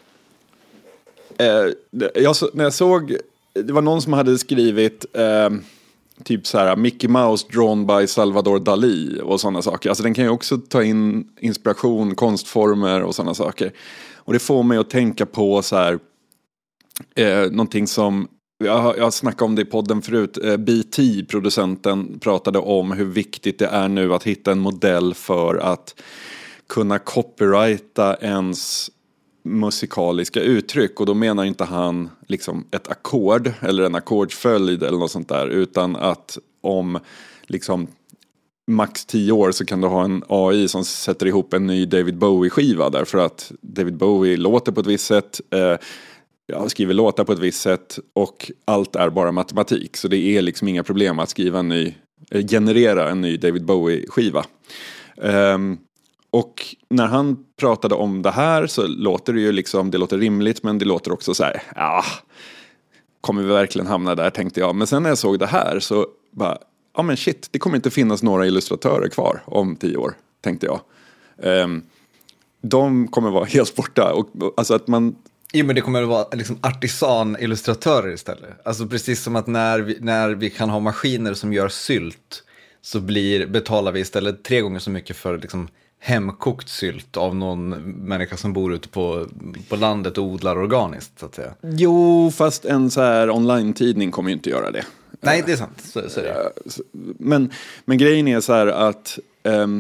eh, jag, när jag såg, det var någon som hade skrivit eh, typ så här Mickey Mouse drawn by Salvador Dalí och sådana saker. Alltså den kan ju också ta in inspiration, konstformer och sådana saker. Och det får mig att tänka på så här eh, någonting som Jag har, jag har snackat om det i podden förut. B T, producenten, pratade om hur viktigt det är nu att hitta en modell för att kunna copyrighta ens musikaliska uttryck. Och då menar inte han liksom ett ackord eller en ackordsföljd eller något sånt där, utan att om liksom max tio år så kan du ha en A I som sätter ihop en ny David Bowie-skiva, därför att David Bowie låter på ett visst sätt, eh, jag skriver låtar på ett visst sätt, och allt är bara matematik. Så det är liksom inga problem att skriva en ny, eh, generera en ny David Bowie-skiva. Um, och när han pratade om det här så låter det ju liksom, det låter rimligt, men det låter också så här, ja, kommer vi verkligen hamna där, tänkte jag. Men sen när jag såg det här så bara, ja men shit, det kommer inte finnas några illustratörer kvar om tio år, tänkte jag. Um, de kommer vara helt borta. Och, alltså att man... Jo, men det kommer att vara liksom artisan-illustratörer istället. Alltså precis som att när vi, när vi kan ha maskiner som gör sylt, så blir, betalar vi istället tre gånger så mycket för liksom hemkokt sylt av någon människa som bor ute på, på landet och odlar organiskt, så att säga. Jo, fast en så här online-tidning kommer ju inte göra det. Nej, det är sant. Så, så är det. Men, men grejen är så här att um,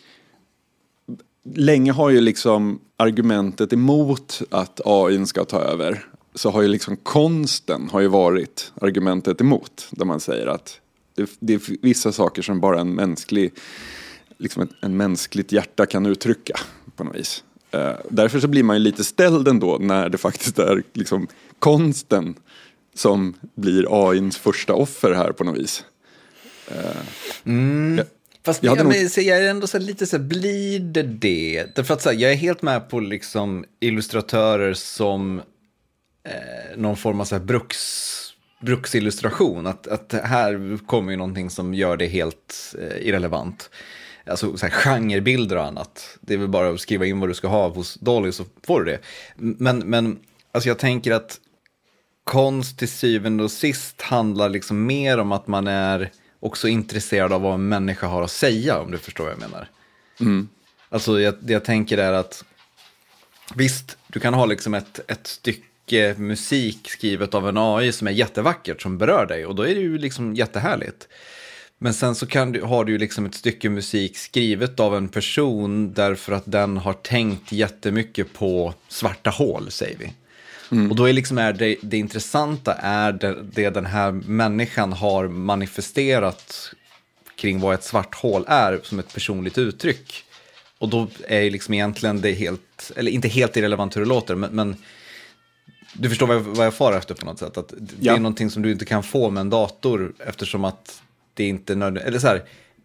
länge har ju liksom argumentet emot att A I ska ta över, så har ju liksom konsten har ju varit argumentet emot, där man säger att det, det är vissa saker som bara en mänsklig liksom ett, en mänskligt hjärta kan uttrycka på något vis. Uh, därför så blir man ju lite ställd ändå när det faktiskt är liksom konsten som blir A I:ns första offer här på något vis. Uh, mm. jag, Fast jag, jag, nog... men, så jag är ändå så lite så här, blir det det? Därför att så här, jag är helt med på liksom illustratörer som eh, någon form av så här bruks, bruksillustration. Att, att här kommer ju någonting som gör det helt eh, irrelevant. Alltså så här, genrebilder och annat. Det är väl bara att skriva in vad du ska ha hos Dolly, så får du det. Men, men alltså jag tänker att konst till syvende och sist handlar liksom mer om att man är också intresserad av vad en människa har att säga, om du förstår vad jag menar. Mm. Alltså jag, det jag tänker är att visst, du kan ha liksom ett, ett stycke musik skrivet av en A I som är jättevackert, som berör dig, och då är det ju liksom jättehärligt. Men sen så kan du, har du ju liksom ett stycke musik skrivet av en person därför att den har tänkt jättemycket på svarta hål, säger vi. Mm. Och då är liksom är det, det intressanta är det, det den här människan har manifesterat kring vad ett svart hål är som ett personligt uttryck. Och då är liksom egentligen det helt, eller inte helt irrelevant hur det låter, men, men du förstår vad jag, vad jag far efter på något sätt. Att det ja. är någonting som du inte kan få med en dator, eftersom att det inte är nödvändigt, eller så här,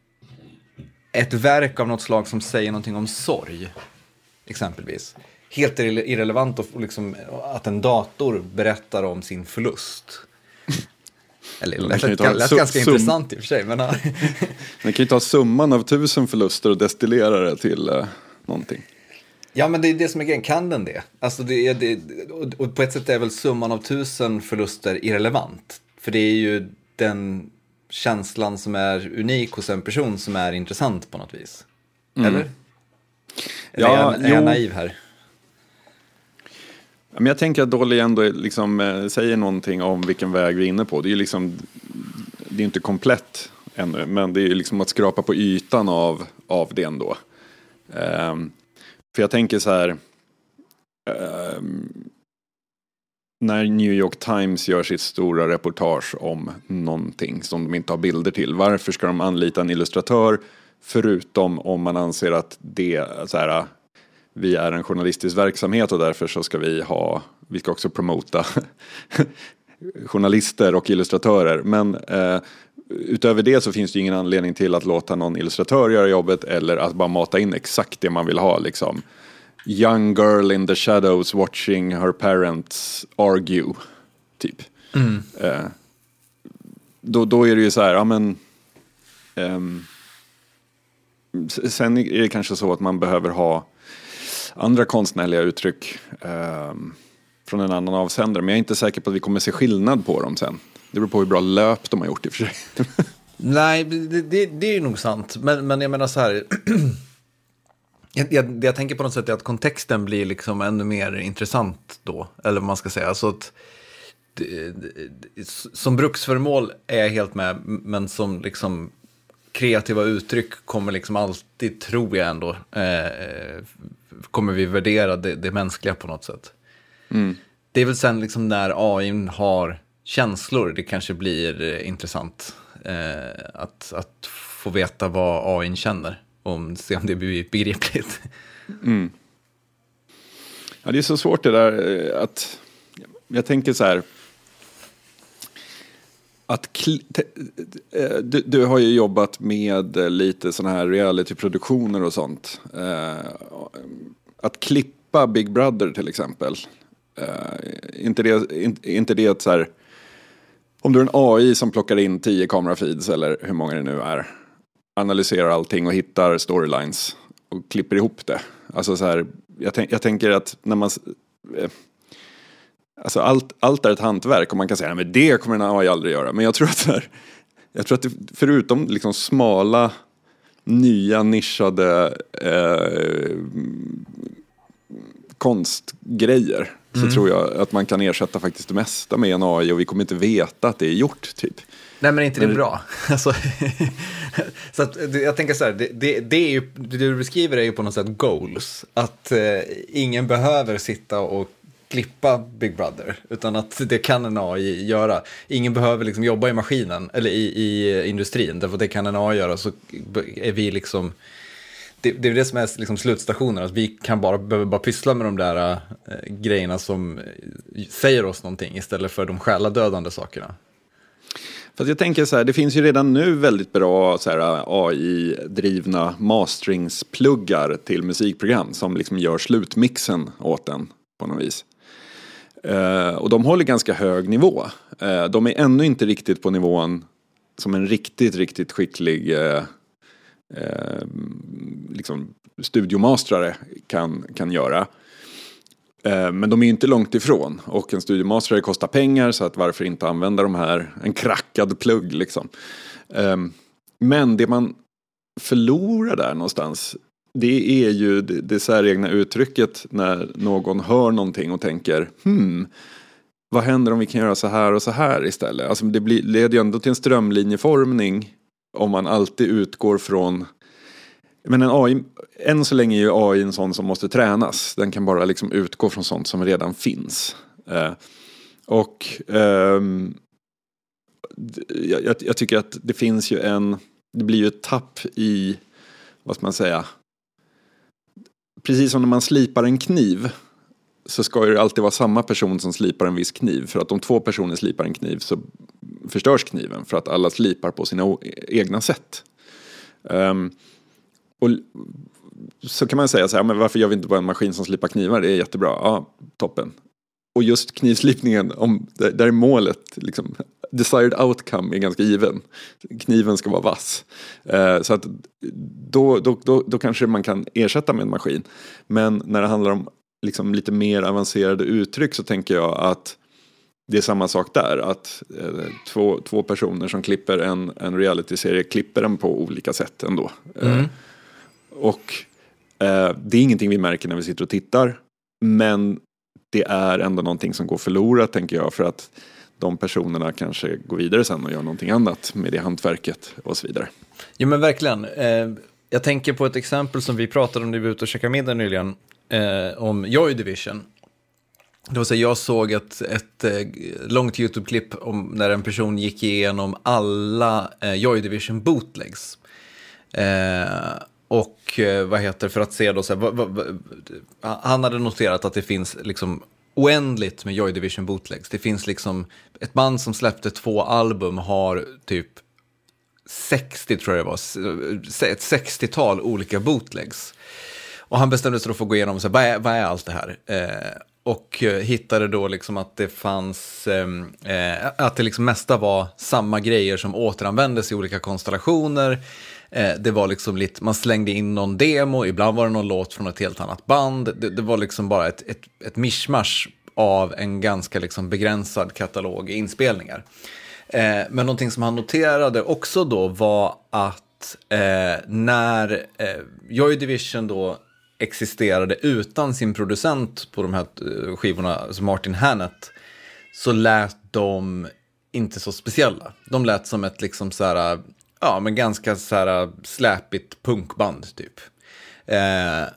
ett verk av något slag som säger någonting om sorg, exempelvis. Helt irrelevant och liksom, att en dator berättar om sin förlust. Eller det lät ganska, ganska intressant i och för sig. Men, man kan ju ta summan av tusen förluster och destillera det till uh, någonting. Ja, men det är det som är grejen. Kan den det? Alltså det är det, och på ett sätt är väl summan av tusen förluster irrelevant. För det är ju den känslan som är unik hos en person som är intressant på något vis. Mm. Eller? Eller ja, är, jag, är jag naiv här? Men jag tänker att Dolly ändå liksom, eh, säger någonting om vilken väg vi är inne på. Det är ju liksom, det är inte komplett ännu, men det är ju liksom att skrapa på ytan av, av det ändå. Um, för jag tänker så här, um, när New York Times gör sitt stora reportage om någonting som de inte har bilder till, varför ska de anlita en illustratör förutom om man anser att det så här, vi är en journalistisk verksamhet och därför så ska vi ha, vi ska också promota journalister och illustratörer. Men eh, utöver det så finns det ju ingen anledning till att låta någon illustratör göra jobbet eller att bara mata in exakt det man vill ha. Liksom. Young girl in the shadows watching her parents argue, typ. Mm. Eh, då, då är det ju så här, ja men... Ehm, sen är det kanske så att man behöver ha andra konstnärliga uttryck eh, från en annan avsändare. Men jag är inte säker på att vi kommer se skillnad på dem sen. Det beror på hur bra löp de har gjort i och för sig. Nej, det, det, det är ju nog sant. Men, men jag menar så här... jag, jag, jag tänker på något sätt att kontexten blir liksom ännu mer intressant då. Eller vad man ska säga. Så att det, det, som bruksföremål är jag helt med, men som liksom kreativa uttryck kommer liksom alltid, tror jag ändå, eh, kommer vi värdera det, det mänskliga på något sätt. Mm. Det är väl sen liksom när A I har känslor, det kanske blir eh, intressant eh, att, att få veta vad A I känner, och se om det blir begripligt. Mm. Ja, det är så svårt det där att, jag tänker så här, att kli, du, du har ju jobbat med lite såna här realityproduktioner och sånt. Att klippa Big Brother till exempel, inte det, inte det att så här, om du är en A I som plockar in tio kamerafeeds eller hur många det nu är, analyserar allting och hittar storylines och klipper ihop det. Alltså så här, jag, tänk, jag tänker att när man eh, alltså allt, allt är ett hantverk, och man kan säga men det kommer en A I aldrig göra. Men jag tror att så här, jag tror att det, förutom liksom smala, nya, nischade eh, konstgrejer, mm. så tror jag att man kan ersätta faktiskt det mesta med en A I, och vi kommer inte veta att det är gjort typ. Nej, men inte det är bra. Alltså, så att, jag tänker så här, det, det, det, är ju, det du beskriver är ju på något sätt goals. Att eh, ingen behöver sitta och klippa Big Brother, utan att det kan en A I göra. Ingen behöver liksom jobba i maskinen eller i, i industrin, därför att det kan en A I göra, så är vi liksom... Det, det är det som är liksom slutstationen, att vi kan bara, behöver bara pyssla med de där äh, grejerna som säger oss någonting, istället för de själadödande sakerna. Fast jag tänker så här, det finns ju redan nu väldigt bra så här, A I-drivna masteringspluggar till musikprogram som liksom gör slutmixen åt den på något vis. Uh, och de håller ganska hög nivå. Uh, de är ännu inte riktigt på nivån som en riktigt, riktigt skicklig uh, uh, liksom studiomastrare kan, kan göra. Men de är ju inte långt ifrån, och en studiomastrare kostar pengar, så att varför inte använda de här, en krackad plugg liksom. Men det man förlorar där någonstans, det är ju det, det säregna uttrycket när någon hör någonting och tänker hmm, vad händer om vi kan göra så här och så här istället? Alltså det blir, leder ju ändå till en strömlinjeformning om man alltid utgår från. Men en A I, än så länge är ju A I en sån som måste tränas. Den kan bara liksom utgå från sånt som redan finns. Eh, och eh, jag, jag tycker att det finns ju en, det blir ju ett tapp i, vad ska man säga, precis som när man slipar en kniv, så ska det alltid vara samma person som slipar en viss kniv. För att om två personer slipar en kniv så förstörs kniven, för att alla slipar på sina egna sätt. Um, Och så kan man säga så här, men varför gör vi inte bara en maskin som slipar knivar? Det är jättebra, ja, toppen. Och just knivslipningen, om, där är målet, liksom, desired outcome är ganska given. Kniven ska vara vass. Eh, så att då, då, då, då kanske man kan ersätta med en maskin. Men när det handlar om liksom lite mer avancerade uttryck, så tänker jag att det är samma sak där. Att eh, två, två personer som klipper en, en reality-serie klipper den på olika sätt ändå. Mm. Eh, Och eh, det är ingenting vi märker när vi sitter och tittar. Men det är ändå någonting som går förlorat, tänker jag. För att de personerna kanske går vidare sen och gör någonting annat med det hantverket och så vidare. Jo, men verkligen. Eh, jag tänker på ett exempel som vi pratade om när vi var ute och käkade middag nyligen. Eh, om Joy Division. Det var så jag såg ett, ett eh, långt YouTube-klipp om när en person gick igenom alla eh, Joy Division bootlegs. Eh, Och vad heter för att se då så här, vad, vad, vad, han hade noterat att det finns liksom oändligt med Joy Division bootlegs. Det finns liksom ett band som släppte två album har typ sextio, tror jag det var, ett sextiotal olika bootlegs. Och han bestämde sig då för att gå igenom och säga, vad är, vad är allt det här? Eh, och hittade då liksom att det fanns eh, att det liksom mesta var samma grejer som återanvändes i olika konstellationer. Det var liksom lite, man slängde in någon demo, ibland var det någon låt från ett helt annat band. Det, det var liksom bara ett, ett, ett mishmash av en ganska liksom begränsad katalog inspelningar. Eh, men någonting som han noterade också då var att eh, när eh, Joy Division då existerade utan sin producent på de här skivorna, alltså Martin Hannett, så lät de inte så speciella. De lät som ett liksom så här, ja men ganska så här släpigt punkband typ. Eh,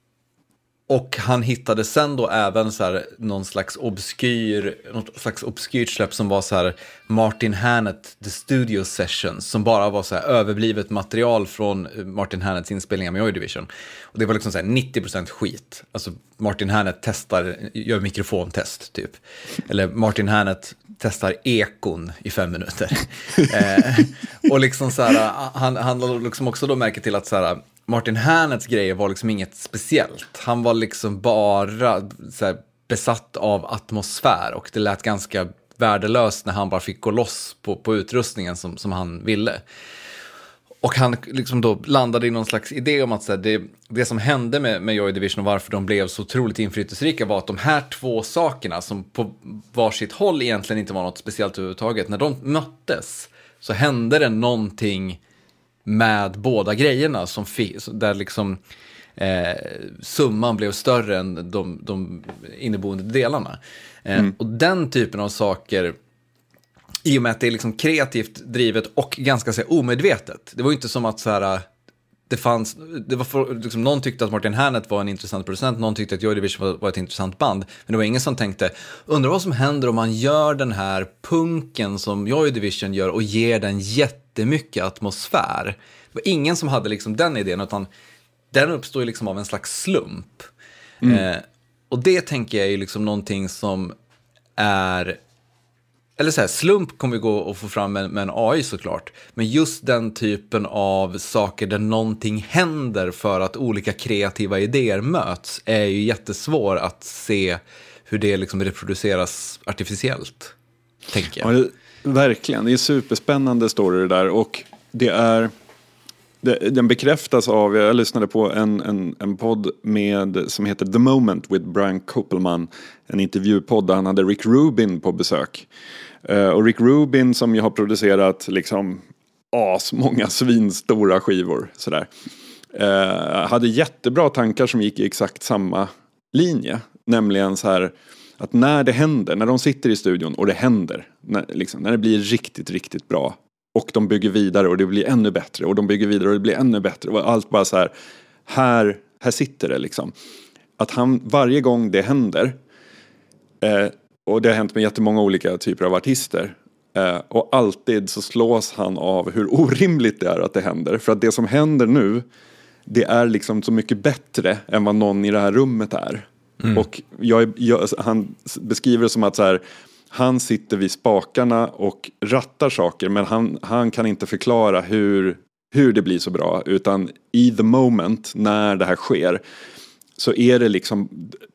och han hittade sen då även så här någon slags obskyr, något slags obskyrt släpp som var så här Martin Hannett The Studio Sessions, som bara var så här överblivet material från Martin Hannetts inspelningar med Joy Division. Och det var liksom så här nittio procent skit. Alltså Martin Hannett testar, gör mikrofontest typ. Eller Martin Hannett testar ekon i fem minuter. eh, och liksom så här, han, han liksom också då märker till att så här, Martin Hannetts grejer var liksom inget speciellt. Han var liksom bara så här, besatt av atmosfär, och det lät ganska värdelöst när han bara fick gå loss på, på utrustningen som, som han ville. Och han liksom då landade i någon slags idé om att så här, det, det som hände med, med Joy Division och varför de blev så otroligt inflytelserika var att de här två sakerna som på varsitt håll egentligen inte var något speciellt överhuvudtaget, när de möttes så hände det någonting med båda grejerna som fi- där liksom eh, summan blev större än de, de inneboende delarna. Eh, mm. Och den typen av saker, i och med att det är liksom kreativt drivet och ganska så här, omedvetet. Det var ju inte som att så här, det fanns, det var för, liksom, någon tyckte att Martin Hannett var en intressant producent, någon tyckte att Joy Division var, var ett intressant band, men det var ingen som tänkte, undrar vad som händer om man gör den här punken som Joy Division gör och ger den jättemycket atmosfär. Det var ingen som hade liksom den idén, utan den uppstår ju liksom av en slags slump. Mm. Eh, och det tänker jag är ju liksom någonting som är, eller så här, slump kommer vi gå att få fram med, med en A I såklart. Men just den typen av saker där någonting händer för att olika kreativa idéer möts är ju jättesvår att se hur det liksom reproduceras artificiellt, tänker jag. Ja, det, verkligen, det är superspännande story det där, och det är det, den bekräftas av, jag lyssnade på en, en, en podd med, som heter The Moment with Brian Koppelman, en intervjupodd där han hade Rick Rubin på besök. Uh, och Rick Rubin, som ju har producerat liksom as många svinstora skivor sådär, uh, hade jättebra tankar som gick i exakt samma linje, nämligen så här att när det händer, när de sitter i studion och det händer, när, liksom, när det blir riktigt, riktigt bra och de bygger vidare och det blir ännu bättre och de bygger vidare och det blir ännu bättre och allt bara så här, här, här sitter det liksom. Att han, varje gång det händer, eh, och det har hänt med jättemånga olika typer av artister, eh, och alltid så slås han av hur orimligt det är att det händer. För att det som händer nu, det är liksom så mycket bättre än vad någon i det här rummet är. Mm. Och jag, jag, han beskriver det som att så här, han sitter vid spakarna och rattar saker, men han, han kan inte förklara hur, hur det blir så bra. Utan i the moment, när det här sker, så är det liksom,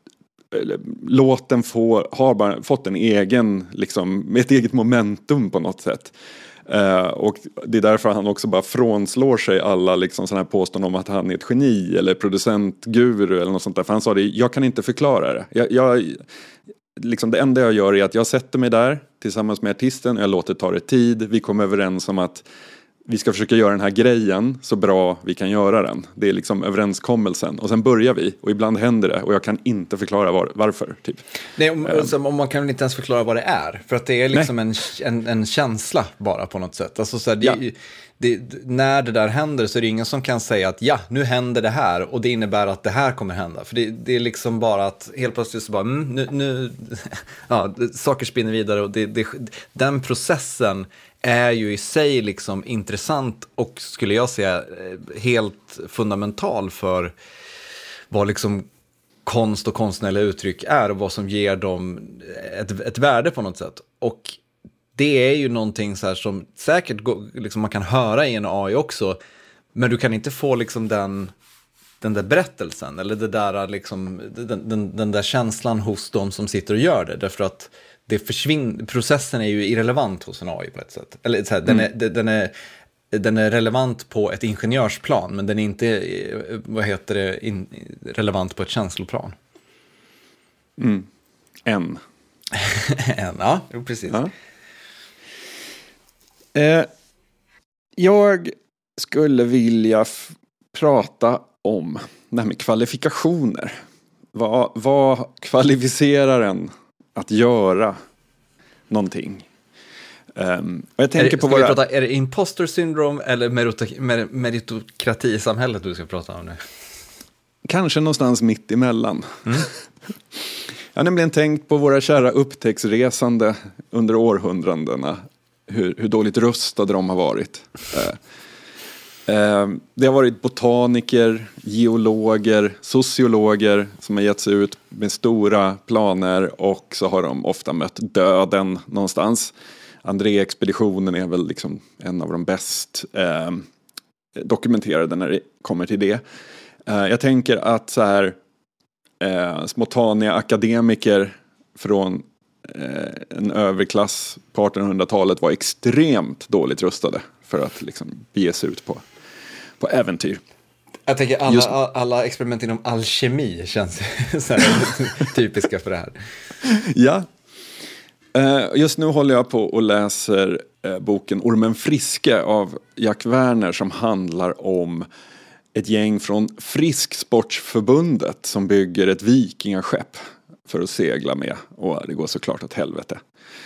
låten få, har bara fått en egen, liksom, med ett eget momentum på något sätt. Uh, och det är därför han också bara frånslår sig alla liksom sådana här påståenden om att han är ett geni eller producentguru eller något sånt där. För han sa det, jag kan inte förklara det. Jag, jag, liksom det enda jag gör är att jag sätter mig där tillsammans med artisten, jag låter ta det tid. Vi kommer överens om att vi ska försöka göra den här grejen så bra vi kan göra den. Det är liksom överenskommelsen. Och sen börjar vi. Och ibland händer det. Och jag kan inte förklara var, varför. Typ. Nej, om, um, om man kan inte ens förklara vad det är. För att det är liksom en, en, en känsla bara på något sätt. Alltså så här, det, ja. det, när det där händer så är det ingen som kan säga att ja, nu händer det här. Och det innebär att det här kommer hända. För det, det är liksom bara att helt plötsligt så bara, mm, nu, nu ja, saker spinner vidare. Och det, det, den processen är ju i sig liksom intressant och skulle jag säga helt fundamental för vad liksom konst och konstnärliga uttryck är och vad som ger dem ett, ett värde på något sätt. Och det är ju någonting så här som säkert liksom man kan höra i en A I också, men du kan inte få liksom den, den där berättelsen eller det där liksom, den, den, den där känslan hos dem som sitter och gör det, därför att det försvinner, processen är ju irrelevant hos en A I på ett sätt. Eller så här, mm. den, är, den, är, den är relevant på ett ingenjörsplan, men den är inte, vad heter det, in, relevant på ett känsloplan. Mm. En. en, ja, precis. Ja. Eh, jag skulle vilja f- prata om det här med kvalifikationer. Vad, vad kvalificerar en att göra någonting. Um, och jag tänker är, det, på våra... våra... prata, är det imposter syndrome eller merito- mer, meritokratisamhället du ska prata om nu? Kanske någonstans mitt emellan. Mm. Jag har nämligen tänkt på våra kära upptäcktsresande under århundradena. Hur, hur dåligt rustade de har varit. Uh, uh, det har varit botaniker, geologer, sociologer som har gett sig ut med stora planer och så har de ofta mött döden någonstans. André-expeditionen är väl liksom en av de bäst eh, dokumenterade när det kommer till det. Eh, jag tänker att så här eh, småtaniga akademiker från eh, en överklass på artonhundratalet var extremt dåligt rustade för att liksom bege sig ut på, på äventyr. Jag tänker alla, Just... alla experiment inom alkemi känns så här typiska för det här. Ja. Just nu håller jag på och läser boken Ormen Friske av Jack Werner som handlar om ett gäng från Frisksportsförbundet som bygger ett vikingaskepp för att segla med. Och det går såklart åt helvete.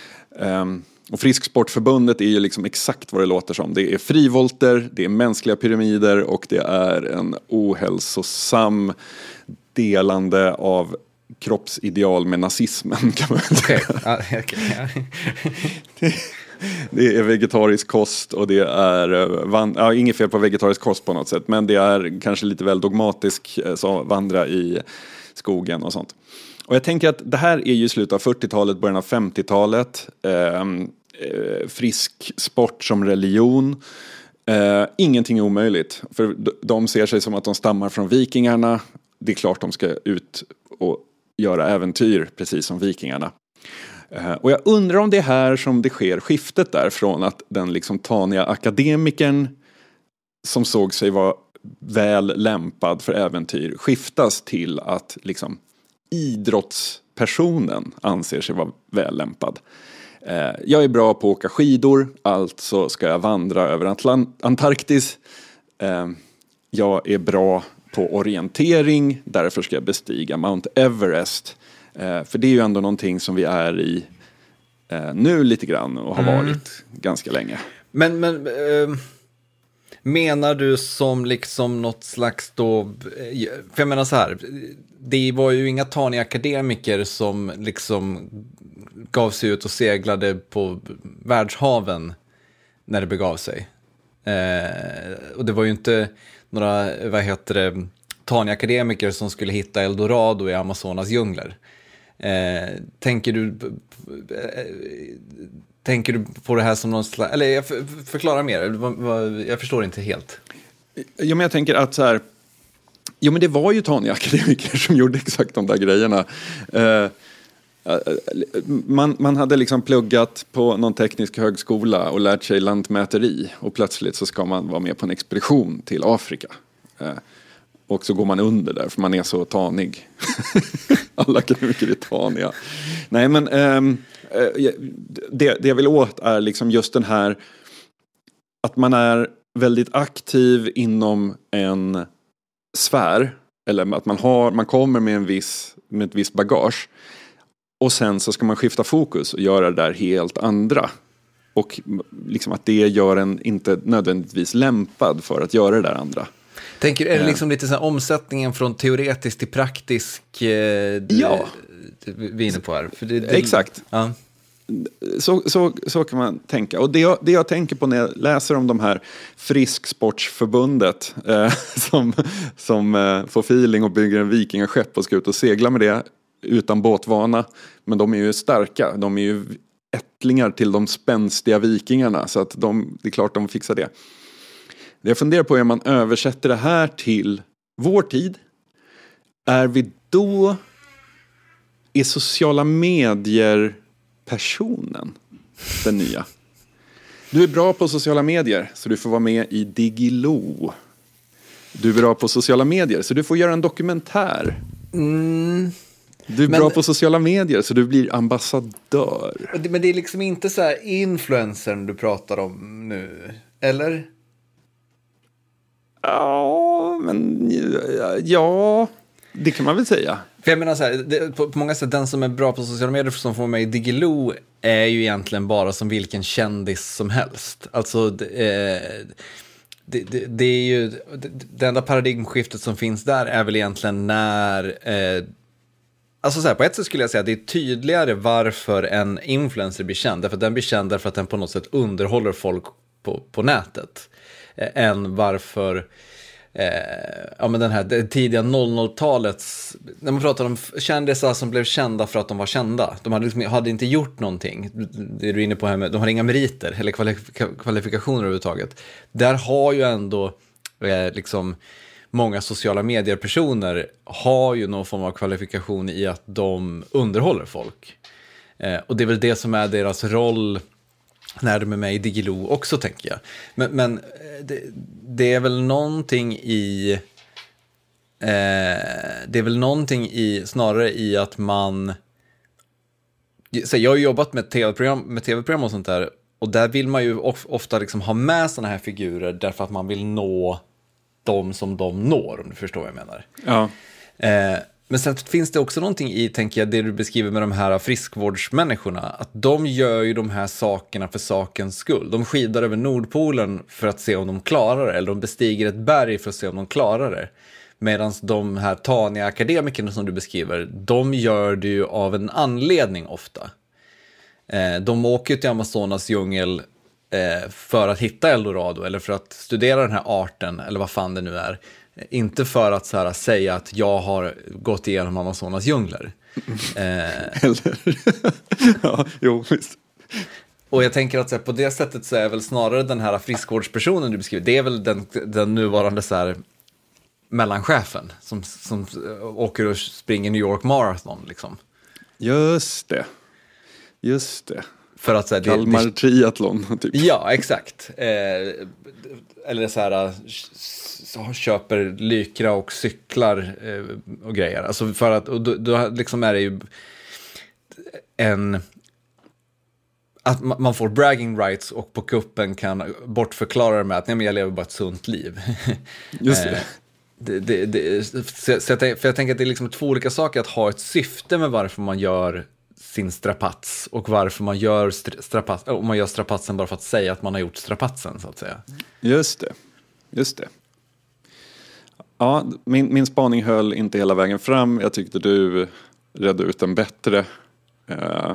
Och Frisksportförbundet är ju liksom exakt vad det låter som. Det är frivolter, det är mänskliga pyramider och det är en ohälsosam delande av kroppsideal med nazismen kan man säga. Okay. Okay. det, det är vegetarisk kost och det är van, ja, inget fel på vegetarisk kost på något sätt, men det är kanske lite väl dogmatisk så vandra i skogen och sånt. Och jag tänker att det här är ju slutet av fyrtiotalet, början av femtiotalet. Eh, eh, frisk sport som religion. Eh, ingenting är omöjligt. För de ser sig som att de stammar från vikingarna. Det är klart de ska ut och göra äventyr precis som vikingarna. Uh, och jag undrar om det är här som det sker skiftet där från att den liksom taniga akademikern som såg sig vara väl lämpad för äventyr skiftas till att liksom idrottspersonen anser sig vara väl lämpad. Uh, jag är bra på att åka skidor, alltså ska jag vandra över Atlant- Antarktis. Uh, jag är bra på orientering, därför ska jag bestiga Mount Everest. Eh, för det är ju ändå någonting som vi är i eh, nu lite grann och har mm. varit ganska länge. Men, men eh, menar du som liksom något slags då, för jag menar så här, det var ju inga taniga akademiker som liksom gav sig ut och seglade på världshaven när det begav sig. Eh, och det var ju inte några, vad heter det, taniga akademiker som skulle hitta Eldorado i Amazonas djungler. Eh, tänker du eh, tänker du på det här som någon slags, eller jag för, förklara mer, jag förstår inte helt. Jo, men jag tänker att så här, jo men det var ju taniga akademiker som gjorde exakt de där grejerna. Eh, Man, man hade liksom pluggat på någon teknisk högskola och lärt sig lantmäteri och plötsligt så ska man vara med på en expedition till Afrika. Eh, och så går man under där för man är så tanig. Alla akademiker är taniga. Nej men eh, det, det jag vill åt är liksom just den här att man är väldigt aktiv inom en sfär eller att man, har, man kommer med, en viss, med ett visst bagage. Och sen så ska man skifta fokus och göra det där helt andra. Och liksom att det gör en inte nödvändigtvis lämpad för att göra det där andra. Tänker, är det liksom lite så här omsättningen från teoretisk till praktisk eh, ja. vi är inne på här? För det, det, exakt. Ja. Så, så, så kan man tänka. Och det jag, det jag tänker på när jag läser om de här Frisksportsförbundet eh, som, som eh, får feeling och bygger en vikingaskepp och ska ut och segla med det utan båtvana, men de är ju starka. De är ju ättlingar till de spänstiga vikingarna, så att de, det är klart de fixar det. Det jag funderar på är om man översätter det här till vår tid. Är vi då är sociala medier personen den nya? Du är bra på sociala medier så du får vara med i Digilo. Du är bra på sociala medier så du får göra en dokumentär. Mm. Du är men, bra på sociala medier så du blir ambassadör. Men det är liksom inte så här influencern du pratar om nu, eller? Ja, men ja. det kan man väl säga. För jag menar så här, det, på, på många sätt, den som är bra på sociala medier som får mig i Diggiloo är ju egentligen bara som vilken kändis som helst. Alltså, det, eh, det, det, det är ju, det, det enda paradigmskiftet som finns där är väl egentligen när, eh, alltså så här, på ett sätt skulle jag säga att det är tydligare varför en influencer blir känd, därför att den blir känd därför att den på något sätt underhåller folk på, på nätet, eh, än varför Eh, ja, men den här det tidiga noll noll-talets, när man pratar om kändisar som blev kända för att de var kända, de hade, liksom, hade inte gjort någonting, det är du inne på här med, de har inga meriter eller kvalif- kvalifikationer överhuvudtaget. Där har ju ändå eh, liksom många sociala medier-personer har ju någon form av kvalifikation i att de underhåller folk, eh, och det är väl det som är deras roll när de är med i Diggiloo också, tänker jag. Men, men det, det är väl någonting i eh, det är väl någonting i snarare i att man, så jag har jobbat med tv-program, med tv-program och sånt där, och där vill man ju of, ofta liksom ha med såna här figurer därför att man vill nå dem som de når, om du förstår vad jag menar. Ja. Eh, Men sen finns det också någonting i, tänker jag, det du beskriver med de här friskvårdsmänniskorna. Att de gör ju de här sakerna för sakens skull. De skidar över Nordpolen för att se om de klarar det. Eller de bestiger ett berg för att se om de klarar det. Medan de här taniga akademikerna som du beskriver, de gör det ju av en anledning ofta. Eh, de åker till Amazonas djungel eh, för att hitta Eldorado. Eller för att studera den här arten, eller vad fan det nu är. Inte för att så här, säga att jag har gått igenom Amazonas djungler. Eh, Eller? Ja, jo, visst. och jag tänker att så här, på det sättet så är väl snarare den här friskvårdspersonen du beskriver, det är väl den, den nuvarande så här, mellanchefen som, som åker och springer New York Marathon liksom. Just det. Just det. För att, så här, det, Kalmar det, triathlon typ. Ja, exakt. Eh, eller så här, köper lykra och cyklar eh, och grejer. Alltså för att, och då, då liksom är det ju en, att man får bragging rights och på kuppen kan bortförklara det med att nej, men jag lever bara ett sunt liv. Just det. det, det, det så, så jag, för jag tänker att det är liksom två olika saker att ha ett syfte med varför man gör sin strapats och varför man gör strapats, om man gör strapatsen bara för att säga att man har gjort strapatsen, så att säga. Just det. Just det. Ja, min, min spaning höll inte hela vägen fram. Jag tyckte du redde ut den bättre. Uh,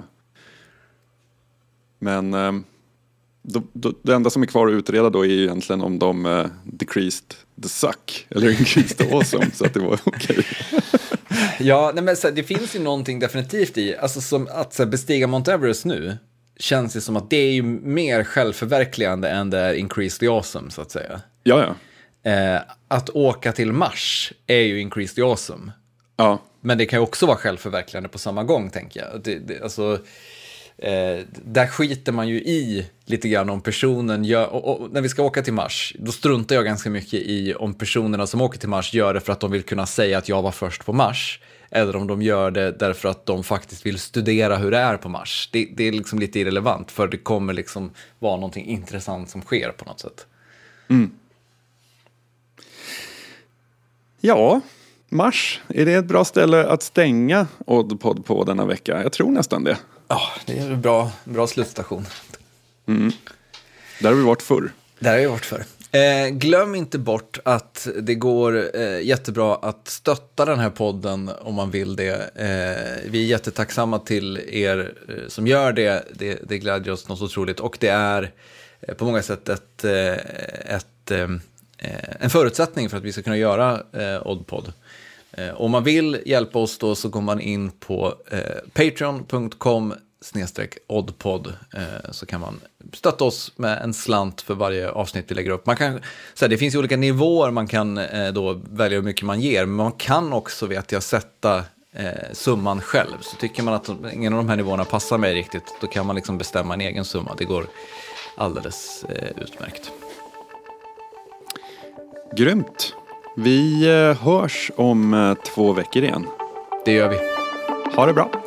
men uh, då, då, det enda som är kvar att utreda då är ju egentligen om de uh, decreased the suck eller increased the awesome, så att det var okej. Okay. Ja, nej, men så, det finns ju någonting definitivt i, alltså som att så, bestiga Mount Everest nu känns det som att det är ju mer självförverkligande än det är increased the awesome, så att säga. Ja, ja. Eh, att åka till Mars är ju increased the awesome. Ja. Men det kan ju också vara självförverkligande på samma gång, tänker jag. Det, det, alltså, eh, där skiter man ju i lite grann om personen gör, och, och när vi ska åka till Mars, då struntar jag ganska mycket i om personerna som åker till Mars gör det för att de vill kunna säga att jag var först på Mars, eller om de gör det därför att de faktiskt vill studera hur det är på Mars. Det, det är liksom lite irrelevant, för det kommer liksom vara någonting intressant som sker på något sätt. Mm. Ja, Mars, är det ett bra ställe att stänga Oddpod på denna vecka? Jag tror nästan det. Ja, det är en bra, bra slutstation. Mm. Där har vi varit förr. Där har vi varit förr. Eh, glöm inte bort att det går eh, jättebra att stötta den här podden om man vill det. Eh, vi är jättetacksamma till er eh, som gör det. det. Det glädjer oss något otroligt. Och det är eh, på många sätt ett, eh, ett, eh, en förutsättning för att vi ska kunna göra eh, Oddpod. Eh, om man vill hjälpa oss då så går man in på eh, patreon punkt com snedstreck oddpod, eh, så kan man stötta oss med en slant för varje avsnitt vi lägger upp. Man kan, så här, det finns ju olika nivåer man kan eh, då välja hur mycket man ger, men man kan också, vet jag, sätta eh, summan själv. Så tycker man att ingen av de här nivåerna passar mig riktigt, då kan man liksom bestämma en egen summa. Det går alldeles eh, utmärkt. Grymt. Vi eh, hörs om eh, två veckor igen. Det gör vi. Ha det bra.